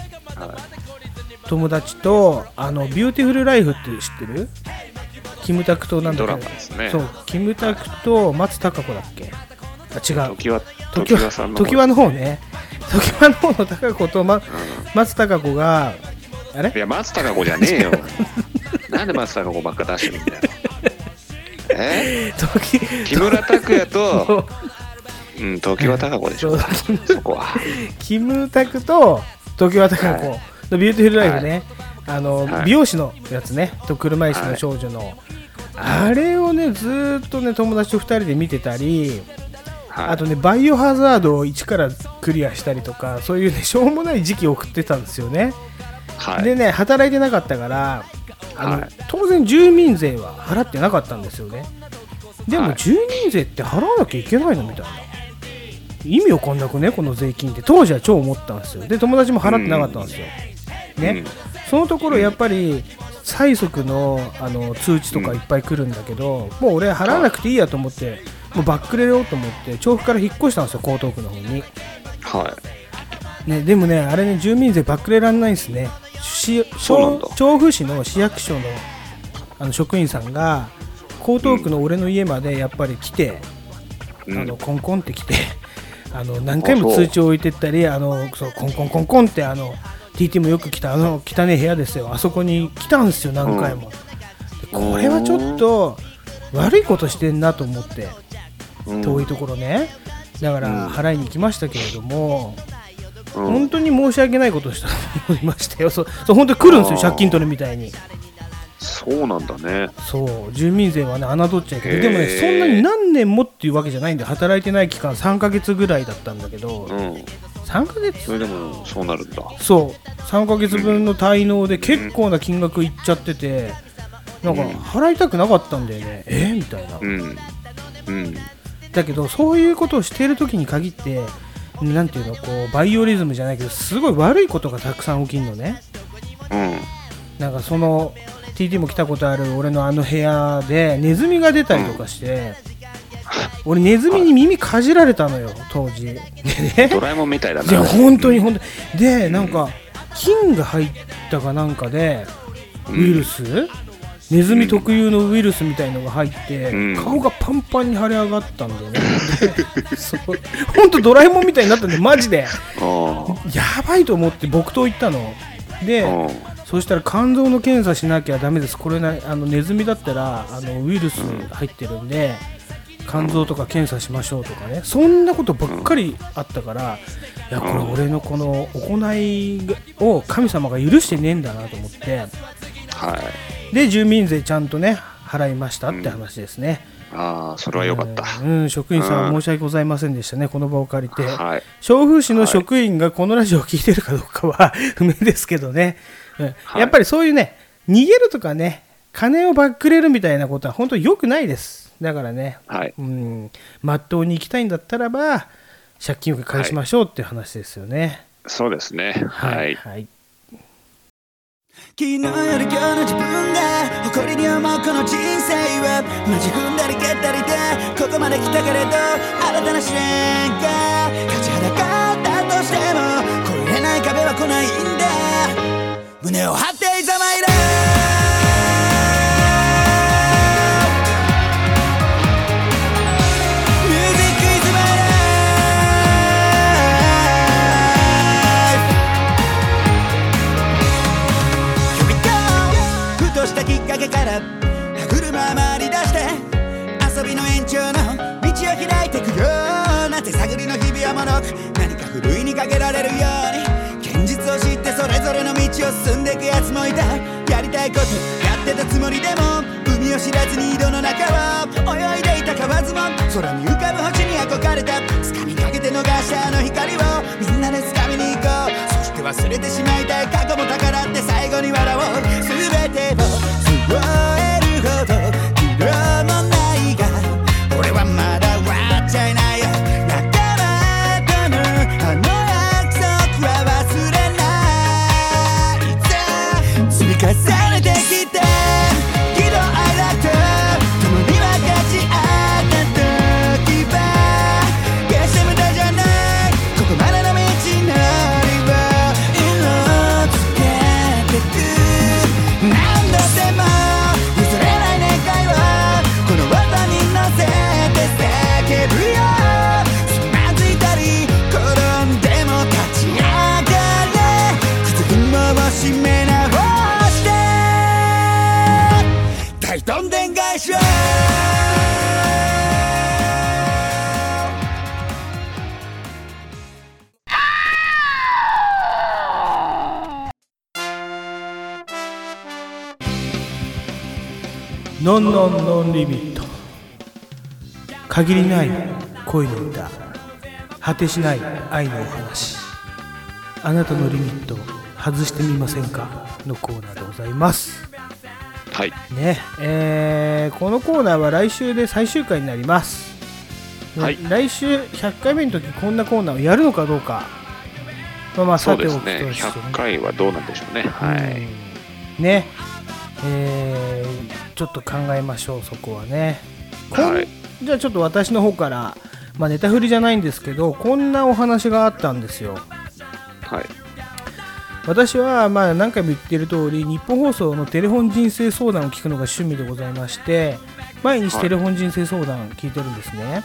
友達とビューティフルライフって知ってる？キムタクとなんだっけ、そう、キムタクと松たか子だっけ？違う。常盤の方ね。常盤の方のたか子と松たか子があれ？ いや松たか子じゃねえよ。なんで松たか子ばっか出してるんだよ。木村拓哉と常盤貴子でしょ。そこはキムタクと常盤貴子のビューティフルライフね、美容師のやつねと車椅子の少女の、あれをねずっとね友達と2人で見てたり、あとねバイオハザードを1からクリアしたりとか、そういうねしょうもない時期を送ってたんですよね。でね働いてなかったから当然住民税は払ってなかったんですよね。でも住民税って払わなきゃいけないのみたいな、意味わかんなくねこの税金って当時は超思ったんですよ。で友達も払ってなかったんですよ、ね。そのところやっぱり催促の通知とかいっぱい来るんだけど、もう俺払わなくていいやと思ってもうバックレようと思って調布から引っ越したんですよ、江東区の方に。ね、でもねあれね住民税バックレらんないんですね。調布市の市役所の職員さんが江東区の俺の家までやっぱり来て、コンコンって来て何回も通知を置いてったり、そうコンコンコンコンって TT もよく来た汚い部屋ですよ、あそこに来たんですよ何回も。これはちょっと悪いことしてんなと思って、遠いところね、だから払いに行きましたけれども、本当に申し訳ないことをしたと思いましたよ。そう本当に来るんですよ、借金取るみたいに。 そうなんだね。 そう、住民税はね侮っちゃいけない。でもね、そんなに何年もっていうわけじゃないんで、働いてない期間3ヶ月ぐらいだったんだけど、3ヶ月、 それでもそうなるんだ。 そう3ヶ月分の滞納で結構な金額いっちゃってて、なんか払いたくなかったんだよね。みたいな、だけどそういうことをしている時に限って、なんていうの、こうバイオリズムじゃないけど、すごい悪いことがたくさん起きるのね。なんかその TT も来たことある俺のあの部屋でネズミが出たりとかして、俺ネズミに耳かじられたのよ当時で、ね、 ドラえもんみたいだな。 いや本当に本当にで、なんか菌が入ったかなんかでウイルス、ネズミ特有のウイルスみたいのが入って、顔がパンパンに腫れ上がったんだよね。本当ドラえもんみたいになったんで、マジでやばいと思って木刀行ったので、そしたら肝臓の検査しなきゃダメです、これな、ネズミだったらウイルス入ってるんで、肝臓とか検査しましょうとかね、そんなことばっかりあったから、いやこれ俺のこの行いを神様が許してねえんだなと思って、で住民税ちゃんとね払いましたって話ですね。 それは良かった。 職員さん申し訳ございませんでしたね、この場を借りて。調布市の職員がこのラジオを聞いてるかどうかは不明ですけどね、やっぱりそういうね、逃げるとかね、金をばっくれるみたいなことは本当に良くないです。だからね、まっとうに行きたいんだったらば借金を返しましょうっていう話ですよね。 そうですね。はい。 昨日より今日の自分が誇りに思うこの人生は、マジ踏んだり蹴ったりでここまで来たけれど、新たな試練が立ちはだかったとしても越えれない壁は来ないんだ。胸を張っていざまいれ。したきっかけから歯車回り出して、遊びの延長の道を開いてくような手探りの日々はもろく、何かふるいにかけられるように現実を知ってそれぞれの道を進んでいくやつもいた。やりたいことやってたつもりでも、海を知らずに井戸の中を泳いでいた河津も、空に浮かぶ星に憧れた掴みかけて逃したあの光をみんなで掴みに行こう。そして忘れてしまいたい過去も宝って最後に笑おう。全てを背負えるほど色もないが、俺はまだ終わっちゃいないよ。仲間とのあの約束は忘れないぜ。積み重ねてきて喜怒哀楽と共に分かち合った時は決して無駄じゃない。ここまでの道のりを色つけてく。何度でも譲れない願いをこの音に乗せて叫ぶよ。つまずいたり転んでも立ち上がれ。靴紐を締め直して大どんでん返しを。 ノンノンノンリミット、限りない恋の歌、果てしない愛のお話、あなたのリミット外してみませんかのコーナーでございます。 はいね、このコーナーは来週で最終回になります、来週100回目の時こんなコーナーをやるのかどうか、まあさておきとして、 そうですね、100回はどうなんでしょうね。 ね、ちょっと考えましょう、そこはね。じゃあちょっと私の方から、ネタ振りじゃないんですけど、こんなお話があったんですよ。私は何回も言っている通り、日本放送のテレフォン人生相談を聞くのが趣味でございまして、毎日テレフォン人生相談を聞いてるんですね。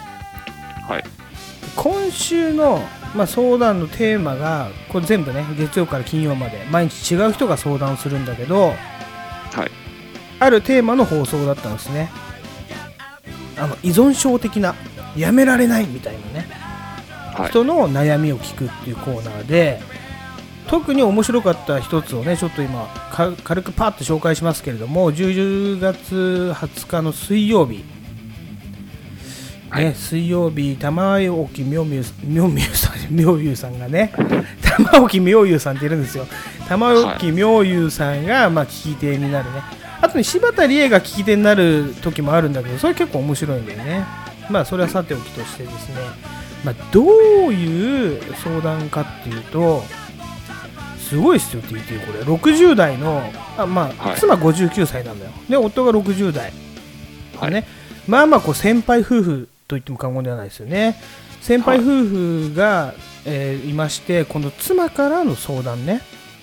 今週の、相談のテーマがこれ全部ね、月曜から金曜まで毎日違う人が相談をするんだけど、あるテーマの放送だったんですね。依存症的な、やめられないみたいなね、人の悩みを聞くっていうコーナーで、 特に面白かった一つをねちょっと今軽くパッと紹介しますけれども、10月20日の水曜日、水曜日、玉置妙優さんがね玉置妙優さんっているんですよ。玉置妙優さんが聞き手になるね。あとね柴田理恵が聞き手になる時もあるんだけど、それ結構面白いんだよね。それはさておきとしてですね、どういう相談かっていうと、すごいですよ TT これ60代の妻59歳なんだよ。で夫が60代、ね、こう先輩夫婦と言っても過言ではないですよね。先輩夫婦が、いまして、この妻からの相談ね、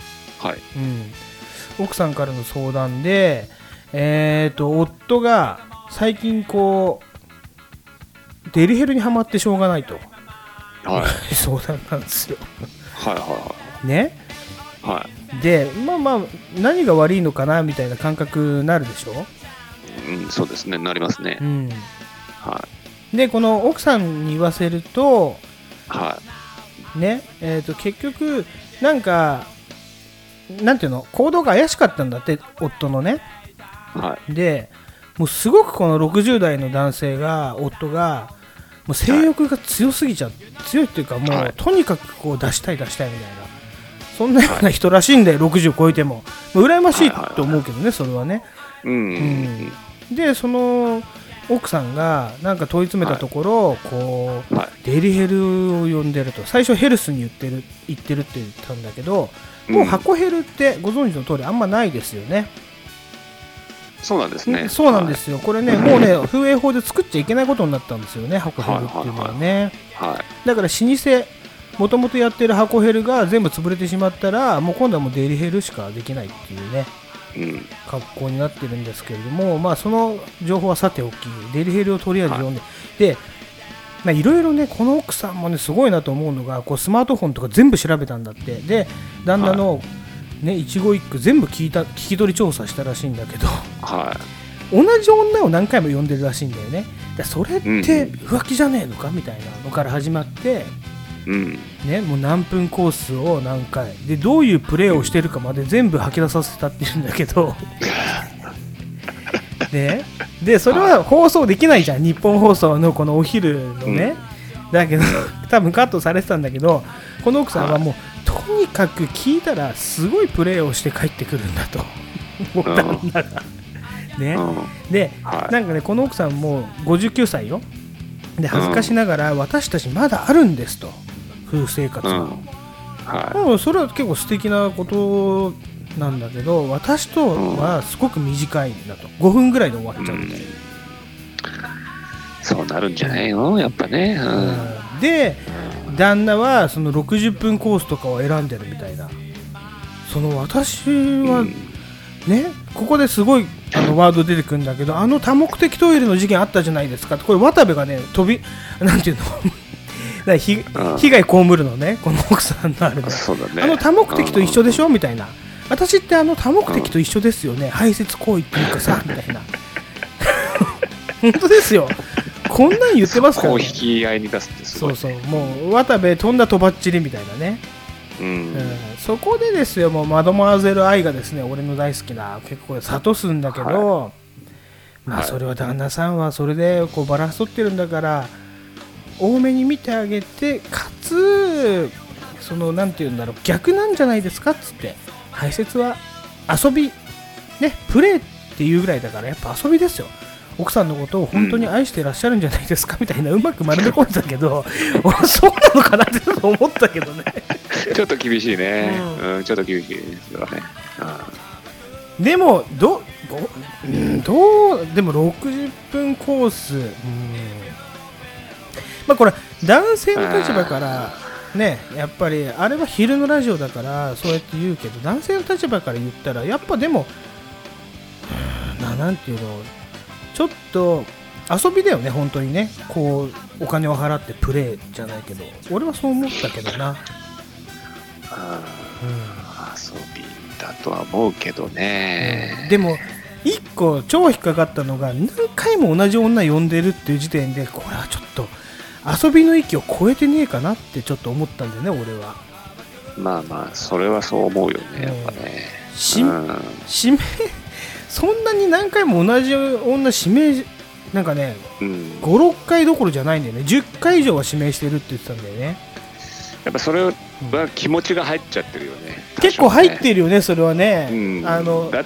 奥さんからの相談で、夫が最近こうデリヘルにはまってしょうがないと、相談なんですよ。ね。で何が悪いのかなみたいな感覚になるでしょ。 そうですね、なりますね。 でこの奥さんに言わせると、ね、結局なんていうの、行動が怪しかったんだって夫のね。でもうすごくこの60代の男性が、夫がもう性欲が強すぎちゃ強いっていうか、もうとにかくこう出したいみたいな、そんなような人らしいんだよ。60超えても羨ましいと思うけどね、それはね。でその奥さんがなんか問い詰めたところ、こうデリヘルを呼んでると。最初ヘルスに言ってるって言ったんだけど、もう箱ヘルってご存知の通りあんまないですよね。 そうなんですね。 そうなんですよ。これね、もうね風営法で作っちゃいけないことになったんですよね、箱ヘルっていうのはね。だから老舗もともとやってる箱ヘルが全部潰れてしまったら、もう今度はもうデリヘルしかできないっていうね、格好になってるんですけれども、その情報はさておき、デリヘルをとりあえず読んで、でいろいろね、この奥さんもねすごいなと思うのが、こうスマートフォンとか全部調べたんだって。で旦那の、一語一句全部聞き取り調査したらしいんだけど、同じ女を何回も呼んでるらしいんだよね。それって浮気じゃねえのかみたいなのから始まって、もう何分コースを何回でどういうプレーをしてるかまで全部吐き出させたっていうんだけどでそれは放送できないじゃん、日本放送のこのお昼のね、だけど多分カットされてたんだけど、この奥さんはもうとにかく聞いたらすごいプレーをして帰ってくるんだと旦那がね。でなんかね、この奥さんも59歳よ。で恥ずかしながら、私たちまだあるんですと、夫婦生活は。それは結構素敵なことなんだけど、私とはすごく短いんだと、5分ぐらいで終わっちゃうんで、 そうなるんじゃないのやっぱね。 で旦那はその60分コースとかを選んでるみたいな。その私はね、ここですごいワード出てくるんだけど、多目的トイレの事件あったじゃないですか。これ渡部がねなんていうの被害被るのね、この奥さんのあるの、多目的と一緒でしょみたいな。私って多目的と一緒ですよね、排泄行為っていうかさみたいな本当ですよ、こんなん言ってますからね。 引き合いに出すってすごい。 そうもう渡部飛んだとばっちりみたいなね。そこでですよ、もうマドモアゼル愛がですね、俺の大好きな結構諭すんだけど、それは旦那さんはそれでこうバランス取ってるんだから多めに見てあげて、かつそのなんていうんだろう、逆なんじゃないですかっつって、排泄は遊びね、プレーっていうぐらいだからやっぱ遊びですよ、奥さんのことを本当に愛してらっしゃるんじゃないですかみたいな、うまく丸め込んでたけどそうなのかなって思ったけどねちょっと厳しいね、ちょっと厳しいですよね。 でもでも60分コース、これ男性の立場からね、やっぱりあれは昼のラジオだからそうやって言うけど、男性の立場から言ったらやっぱでもなんていうの、ちょっと遊びだよね本当にね、こうお金を払ってプレーじゃないけど、俺はそう思ったけどな。 遊びだとは思うけどね、 でも一個超引っかかったのが、何回も同じ女呼んでるっていう時点で、これはちょっと遊びの域を超えてねえかなってちょっと思ったんだよね、俺は。 まあまあそれはそう思うよね、やっぱね。 指名そんなに何回も同じ女指名なんかね、5、6回どころじゃないんだよね。10回以上は指名してるって言ってたんだよね。 やっぱそれは気持ちが入っちゃってるよね。 結構入ってるよね、それはね。 だって、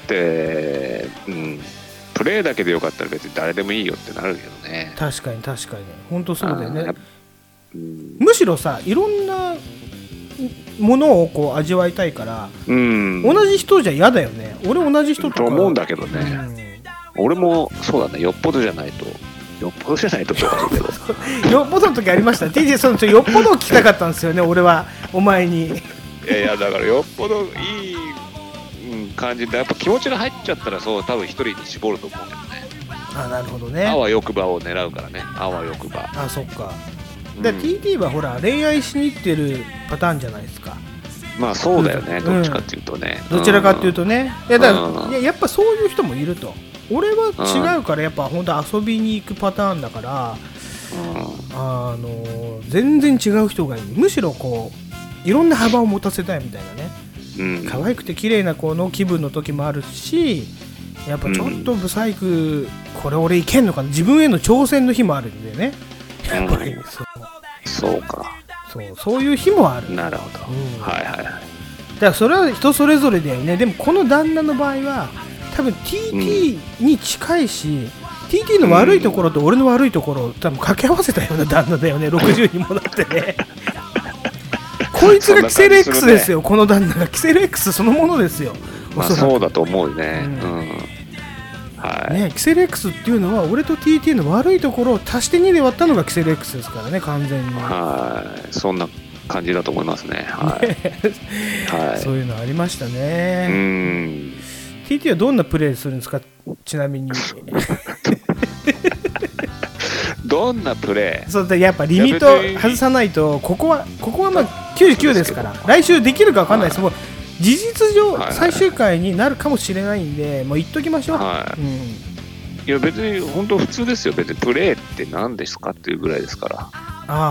プレーだけでよかったら別に誰でもいいよってなるけどね。 確かに本当そうだよね。むしろさ、いろんなものをこう味わいたいから、同じ人じゃ嫌だよね。俺同じ人とか思うんだけどね、俺もそうだね。よっぽどじゃないととかあるけどよっぽどの時ありました。TJ そのよっぽどを聞きたかったんですよね、俺はお前に。 いやだからよっぽどいい感じで、やっぱ気持ちが入っちゃったらそう多分一人に絞ると思うけどね。 なるほどね。 あわよくばを狙うからね。あわよくば。 そっか。で TT はほら恋愛しに行ってるパターンじゃないですか。 まあそうだよね、どっちかっていうとね。 どちらかっていうとね。だからやっぱそういう人もいると。俺は違うから、やっぱ本当遊びに行くパターンだから、全然違う人がいい。むしろこういろんな幅を持たせたいみたいなね。可愛くて綺麗な子の気分の時もあるし、やっぱちょっとブサイク、これ俺いけんのかな、自分への挑戦の日もあるんでね。やっぱりそうか。 そういう日もある。 なるほど。はいはいはい。だからそれは人それぞれだよね。でもこの旦那の場合は多分 TT に近いし、TT の悪いところと俺の悪いところを多分掛け合わせたような旦那だよね。60にもなってね。こいつがキセル X ですよ。この旦那がキセル X そのものですよ。 そうだと思うよね。 キセル X っていうのは俺と TT の悪いところを足して2で割ったのがキセル X ですからね、完全に。 そんな感じだと思いますね。 そういうのありましたね。TT はどんなプレーするんですか、ちなみに。 どんなプレー？ そうだ、やっぱリミット外さないと、ここはまあ99ですから、来週できるか分かんないです。もう事実上最終回になるかもしれないんで、もう言っときましょう。 いや別に本当普通ですよ。別にプレーって何ですかっていうぐらいですから。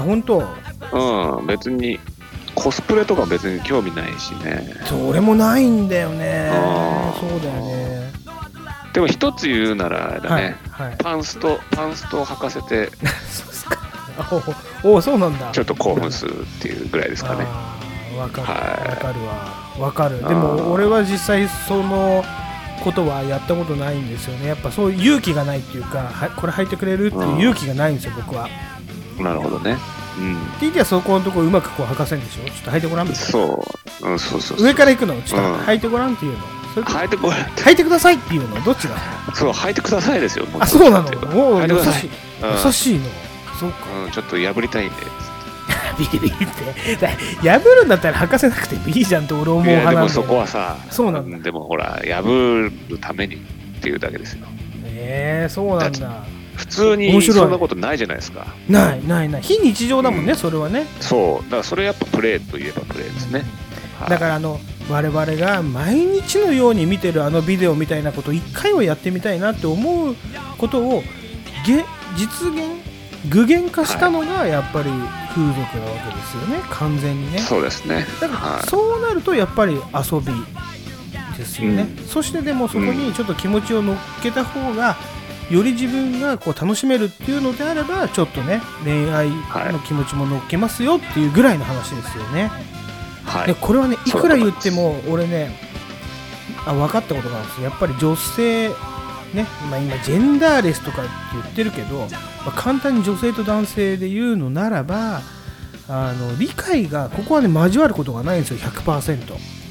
本当。 別にコスプレとか別に興味ないしね。 俺もないんだよね。そうだよね。 でも一つ言うならあれだね、パンストを履かせてそうなんだ。 ちょっと興奮するっていうぐらいですかね。 わかるわかる。でも俺は実際そのことはやったことないんですよね。やっぱそういう勇気がないっていうか、これ履いてくれるっていう勇気がないんですよ、僕は。 なるほどね。 TT はそこのところうまくこう履かせるんでしょ。ちょっと履いてごらんみたいな。 そう。 上から行くの、ちょっと履いてごらんっていうの。 履いてごらん。 履いてくださいっていうの、どっちだ。 そう、履いてくださいですよ。 そうなの。優しいの。そうか。 ちょっと破りたいんで。 ビリって破るんだったら履かせなくてもいいじゃんって俺思う派なんで。 でもそこはさ、 そうなんだ。 でもほら破るためにっていうだけですよ。 そうなんだ。 普通にそんなことないじゃないですか。 ない非日常だもんね、それはね。 そうだからそれやっぱプレーといえばプレーですね。 だから我々が毎日のように見てるあのビデオみたいなことを1回はやってみたいなって思うことを具現化したのがやっぱり風俗なわけですよね、完全にね。 そうですね。 だからそうなるとやっぱり遊びですよね。そしてでもそこにちょっと気持ちを乗っけた方がより自分がこう楽しめるっていうのであれば、ちょっとね恋愛の気持ちも乗っけますよっていうぐらいの話ですよね。でこれはね、いくら言っても俺ね分かったことがあるんですよ。やっぱり女性ね、今ジェンダーレスとかって言ってるけど、簡単に女性と男性で言うのならば、理解がここはね交わることがないんですよ、 100%。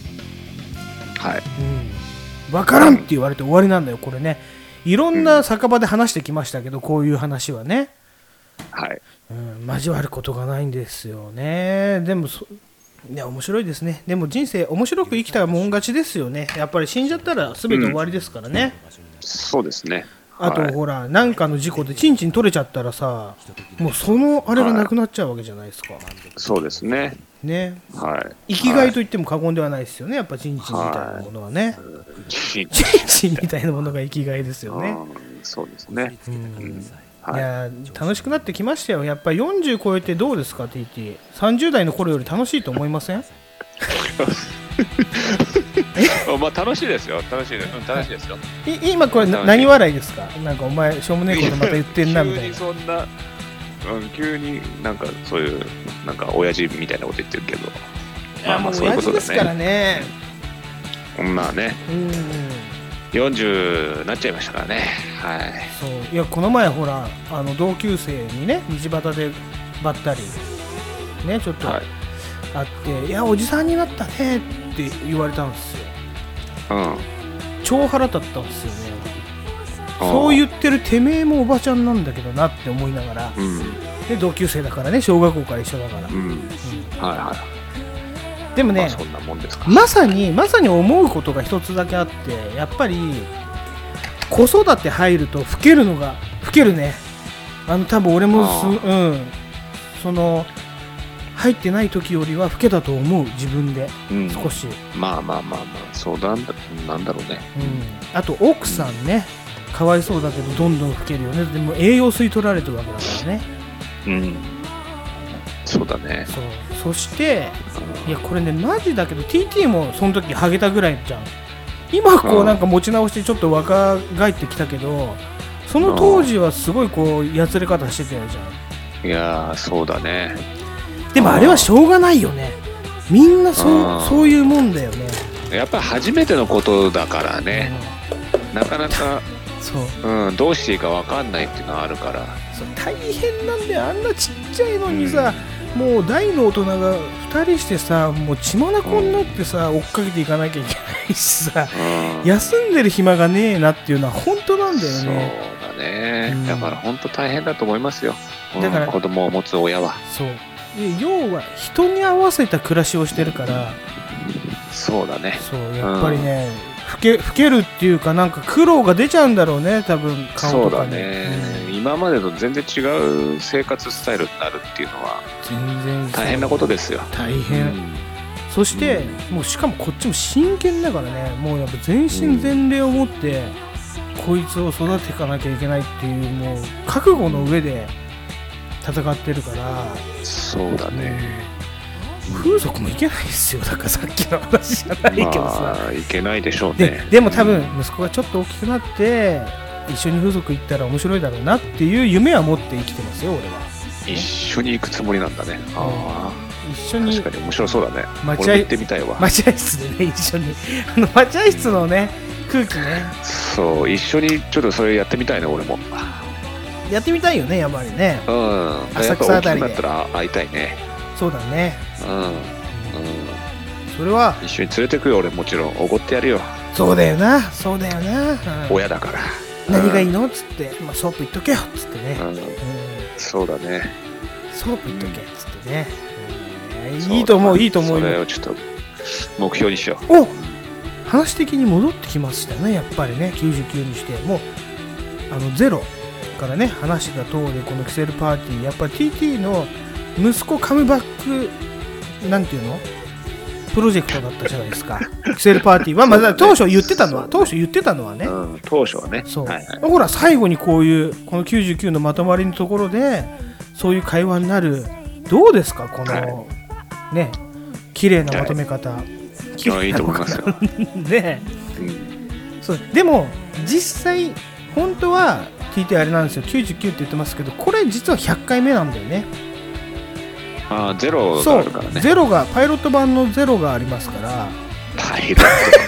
分からんって言われて終わりなんだよ、これね。いろんな酒場で話してきましたけど、こういう話はね、交わることがないんですよね。でも面白いですね。でも人生面白く生きたもん勝ちですよね。やっぱり死んじゃったら全て終わりですからね。 そうですね。 あとほら、なんかの事故でチンチン取れちゃったらさ、もうそのあれがなくなっちゃうわけじゃないですか。 そうですね。 生きがいと言っても過言ではないですよね。やっぱチンチンみたいなものはね。チンチンみたいなものが生きがいですよね。 そうですね。 いや楽しくなってきましたよ。やっぱり40超えてどうですか TT。30代の頃より楽しいと思いません？ まあ楽しいですよ。楽しいですよ。 今これ何笑いですか？なんかお前しょうもねえことまた言ってんなみたいな。 急にそんな、急になんかそういうなんか親父みたいなこと言ってるけど。 もう親父ですからね。 まあね。40なっちゃいましたからね。はい。 そういやこの前ほら同級生にね道端でばったりねちょっと。あっていやおじさんになったねって言われたんですよ。超腹立ったんですよね。そう言ってるてめえもおばちゃんなんだけどなって思いながら、で同級生だからね小学校から一緒だから、でもね、 そんなもんですか。 まさに思うことが一つだけあってやっぱり子育て入ると老けるね。多分俺もその入ってない時よりは老けたと思う自分で、少しまあそうなんだろうね、 あと奥さんねかわいそうだけどどんどん老けるよね。でも栄養吸い取られてるわけだからね。 そうだね。 そしていやこれねマジだけど TT もその時ハゲたぐらいじゃん。今こうなんか持ち直してちょっと若返ってきたけどその当時はすごいこうやつれ方してたよじゃん。 いやそうだね。 でもあれはしょうがないよね。みんなそういうもんだよね。 やっぱり初めてのことだからね、なかなかどうしていいか分かんないっていうのはあるから。 大変なんだよ。あんなちっちゃいのにさ、もう大の大人が2人してさもう血眼になってさ、追っかけていかなきゃいけないしさ、休んでる暇がねえなっていうのは本当なんだよね。 そうだね、だから本当大変だと思いますよ、だから子供を持つ親は。 そう要は人に合わせた暮らしをしてるから、 そうだね。 そうやっぱりね、老けるっていうかなんか苦労が出ちゃうんだろうね多分顔とかね。 そうだね、今までと全然違う生活スタイルになるっていうのは全然大変なことですよ。 大変、そして、もうしかもこっちも真剣だからね、もうやっぱ全身全霊を持って、こいつを育てていかなきゃいけないっていうもう覚悟の上で戦ってるから。 そうだね、 風俗もいけないですよ。だからさっきの話じゃないけどさ、 いけないでしょうね。 でも多分息子がちょっと大きくなって一緒に風俗行ったら面白いだろうなっていう夢は持って生きてますよ俺は。 一緒に行くつもりなんだね。 一緒に。 確かに面白そうだね。 俺も行ってみたいわ。 待合室でね一緒に待合室のね空気ね。 そう一緒にちょっとそれやってみたいね俺も。 やってみたいよねやっぱりね。 浅草あたりで。やっぱ大きくなったら会いたいね。 そうだね。それは一緒に連れてくよ俺もちろんおごってやるよ。 そうだよなそうだよな、 親だから何がいいのっつって、ソープいっとけよっつってね、 そうだねソープいっとけっつってね、いいと思ういいと思う。 それをちょっと目標にしよう。お話的に戻ってきましたねやっぱりね。99にしてもうゼロからね話した通りこのキセルパーティーやっぱり TT の息子カムバックなんていうのプロジェクトだったじゃないですかキセルパーティーはまだ当初言ってたのはね、 当初はね。 そう、ほら最後にこういうこの99のまとまりのところでそういう会話になる。どうですかこの、ね綺麗なまとめ方。 いいと思いますよね、そうでも実際本当は TT あれなんですよ99って言ってますけどこれ実は100回目なんだよね。 ゼロがあるからね。 ゼロがパイロット版のゼロがありますから。 パイロッ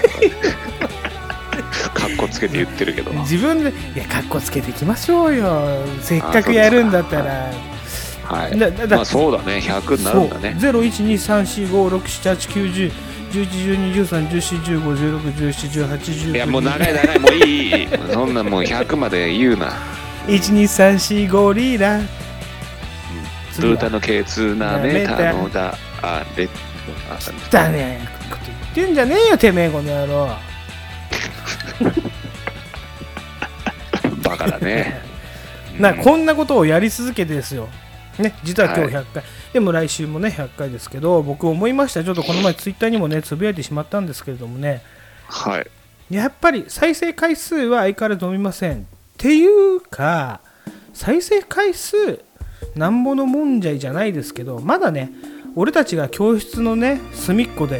トかっこつけて言ってるけど自分でいやかっこつけていきましょうよせっかくやるんだったら。 まあそうだね100になるんだね。 0123456789110111213141516171819。 いやもう長いもういいそんなもう100まで言うな。 12345リーダールータの K2 なめたのだあれだねこと言ってんじゃねえよてめえこの野郎バカだねこんなことをやり続けてですよね。実は今日100回、でも来週もね100回ですけど僕思いました。ちょっとこの前ツイッターにもねつぶやいてしまったんですけれどもね、やっぱり再生回数は相変わらず伸びませんっていうか再生回数なんぼのもんじゃいじゃないですけどまだね俺たちが教室のね隅っこで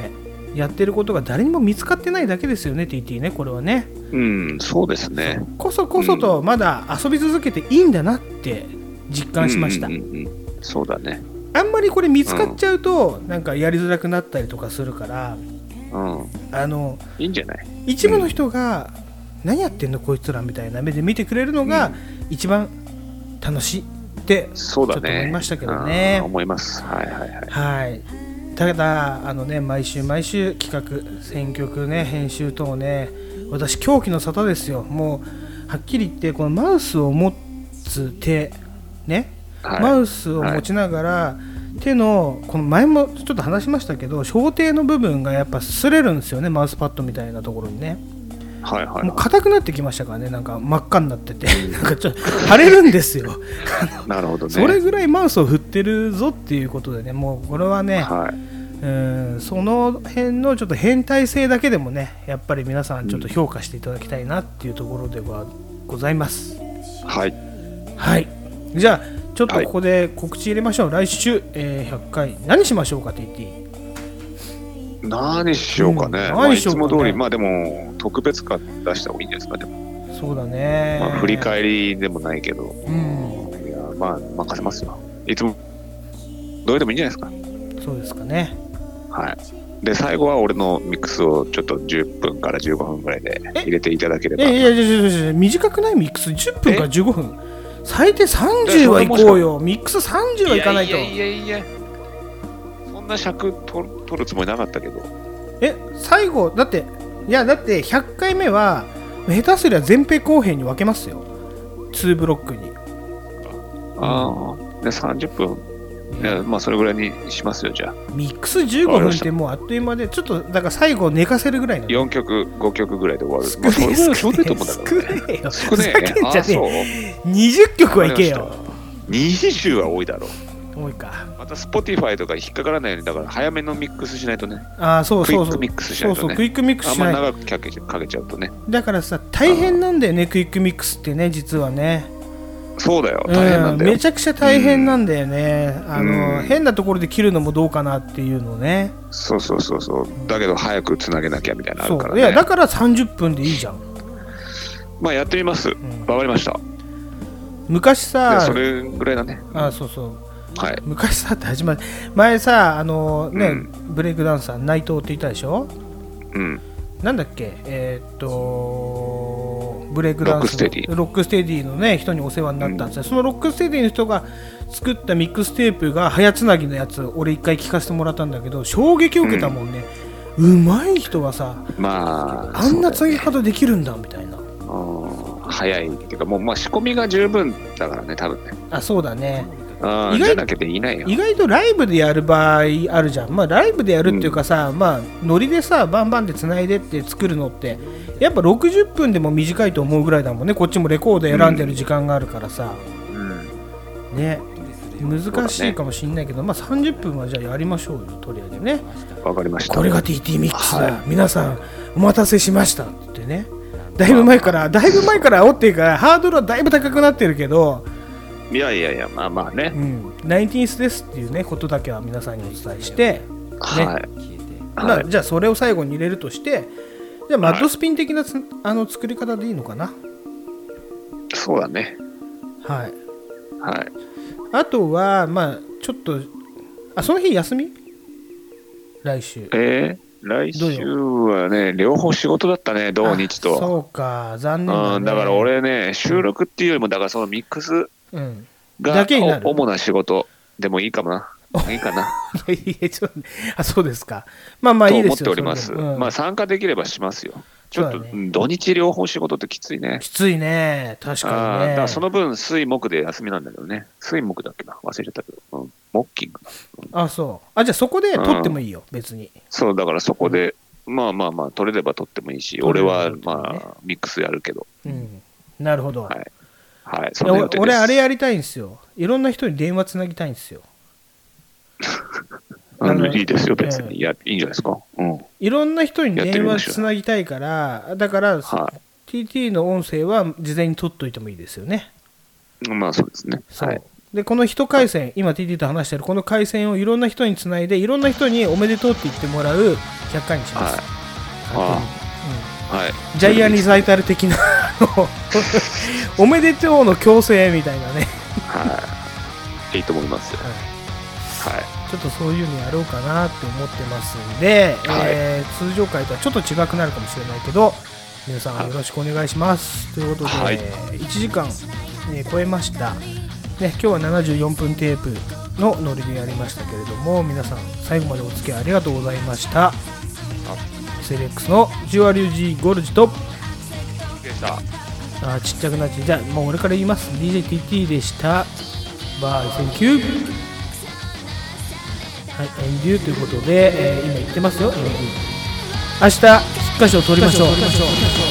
やってることが誰にも見つかってないだけですよね TT ね、これはね。 そうですね。 こそとまだ遊び続けていいんだなって実感しました。 そうだね。 あんまりこれ見つかっちゃうと、なんかやりづらくなったりとかするから、 いいんじゃない。 一部の人が、何やってんのこいつらみたいな目で見てくれるのが一番楽しいってちょっと思いましたけどね。 思います。はい。 ただ毎週企画、選曲ね、編集等ね、私狂気の沙汰ですよ。もうはっきり言って、このマウスを持つ手ね、マウスを持ちながら、手のこの前もちょっと話しましたけど、小手の部分がやっぱ擦れるんですよね、マウスパッドみたいなところにね。もう硬くなってきましたからね、なんか真っ赤になっててなんかちょっと腫れるんですよなるほどね。 それぐらいマウスを振ってるぞっていうことでね、もうこれはね、その辺のちょっと変態性だけでもね、やっぱり皆さんちょっと評価していただきたいなっていうところではございます。はい、じゃあちょっとここで告知入れましょう。来週、100回何しましょうか TT。 何しようかね。いつも通り、でも特別感出した方がいいんじゃないですか。でもそうだね。 振り返りでもないけど、いや任せますよ。いつもどれでもいいんじゃないですか。 そうですかね。 で最後は俺のミックスをちょっと10分から15分ぐらいで入れていただければ。 いや短くない？ミックス10分から15分。最低30は行こうよ。ミックス30はいかないと。 いやそんな尺取るつもりなかったけど。 最後だって100回目は下手すりゃ前編後編に分けますよ。2ブロックに。 で30分。それぐらいにしますよ。じゃあミックス15分ってもうあっという間で、ちょっとだから最後寝かせるぐらいの、 4曲5曲ぐらいで終わる。 少ねえよ。少ねえ。20曲はいけよ。 20は多いだろう。 多いか。 また Spotify とか引っかからないように、だから早めのミックスしないとね。 そうクイックミックスしないとね。 クイックミックスしない。 あんま長くかけちゃうとね。 だからさ、大変なんだよね、クイックミックスってね、実はね。 そうだよ、大変なんだよ。 めちゃくちゃ大変なんだよね。変なところで切るのもどうかなっていうのね。 そうだけど早くつなげなきゃみたいなのあるからね。 いやだから30分でいいじゃん。 やってみます。わかりました。 昔さ、 それぐらいだね。 昔さって始まる前さ、ブレイクダンサー内藤っていたでしょ。なんだっけ、ブレイクダンスロックステディのね人にお世話になったんですよ。そのロックステディの人が作ったミックステープが早つなぎのやつ、俺一回聞かせてもらったんだけど、衝撃を受けたもんね。うまい人はさ、あんなつなぎ方できるんだみたいな。 早いっていうか、もう仕込みが十分だからね、多分ね。 そうだね。 じゃなきゃできないよ。 意外とライブでやる場合あるじゃん。ライブでやるっていうかさ、ノリでさバンバンでつないでって作るのってやっぱ60分でも短いと思うぐらいだもんね。こっちもレコード選んでる時間があるからさ、ね、難しいかもしんないけど、30分はじゃあやりましょうよ、とりあえずね。 わかりました。 これが TT ミックスだ、皆さんお待たせしましたってね。だいぶ前から煽ってるからハードルはだいぶ高くなってるけど、 いやね、 ナインティーンスですっていうねことだけは皆さんにお伝えして、じゃあそれを最後に入れるとして、じゃあマッドスピン的な作り方でいいのかな。 そうだね。 あとはちょっとその日休み？来週。 来週はね、両方仕事だったね、土日と。 そうか、残念だね。 だから俺ね、収録っていうよりも、だからそのミックスが主な仕事でもいいかもな。いいかな。 そうですか。いいですよ。 と思っております。参加できればしますよ。ちょっと土日両方仕事ってきついね。 きついね、確かにね。 だからその分、水木で休みなんだけどね。水木だっけな、忘れちゃったけど。モッキング。 そう。じゃあそこで撮ってもいいよ、別に。 そう、だからそこで、撮れれば撮ってもいいし、俺はミックスやるけど。 なるほど。 その予定です。 俺あれやりたいんですよ。いろんな人に電話つなぎたいんですよ。 いいですよ、別に。いいんじゃないですか。 いろんな人に電話つなぎたいから、だから、TT の音声は事前に取っといてもいいですよね。 そうですね。 でこの1回戦、今 TT と話しているこの回戦をいろんな人につないで、いろんな人におめでとうって言ってもらう100回にします。ジャイアンリサイタル的なおめでとうの強制みたいなねいいと思いますよ。 ちょっとそういうのやろうかなって思ってますんで、通常回とはちょっと違くなるかもしれないけど、皆さんよろしくお願いします。ということで、1時間、超えました、ね、今日は74分テープのノリでやりましたけれども、皆さん最後までお付き合いありがとうございました。セレックスのジュアリュージーゴルジとちっちゃくなっちゃう、じゃあもう俺から言います。 DJTT でした。バイセンキュー。はい、エンデューということで、今言ってますよ。明日1箇所取りましょう。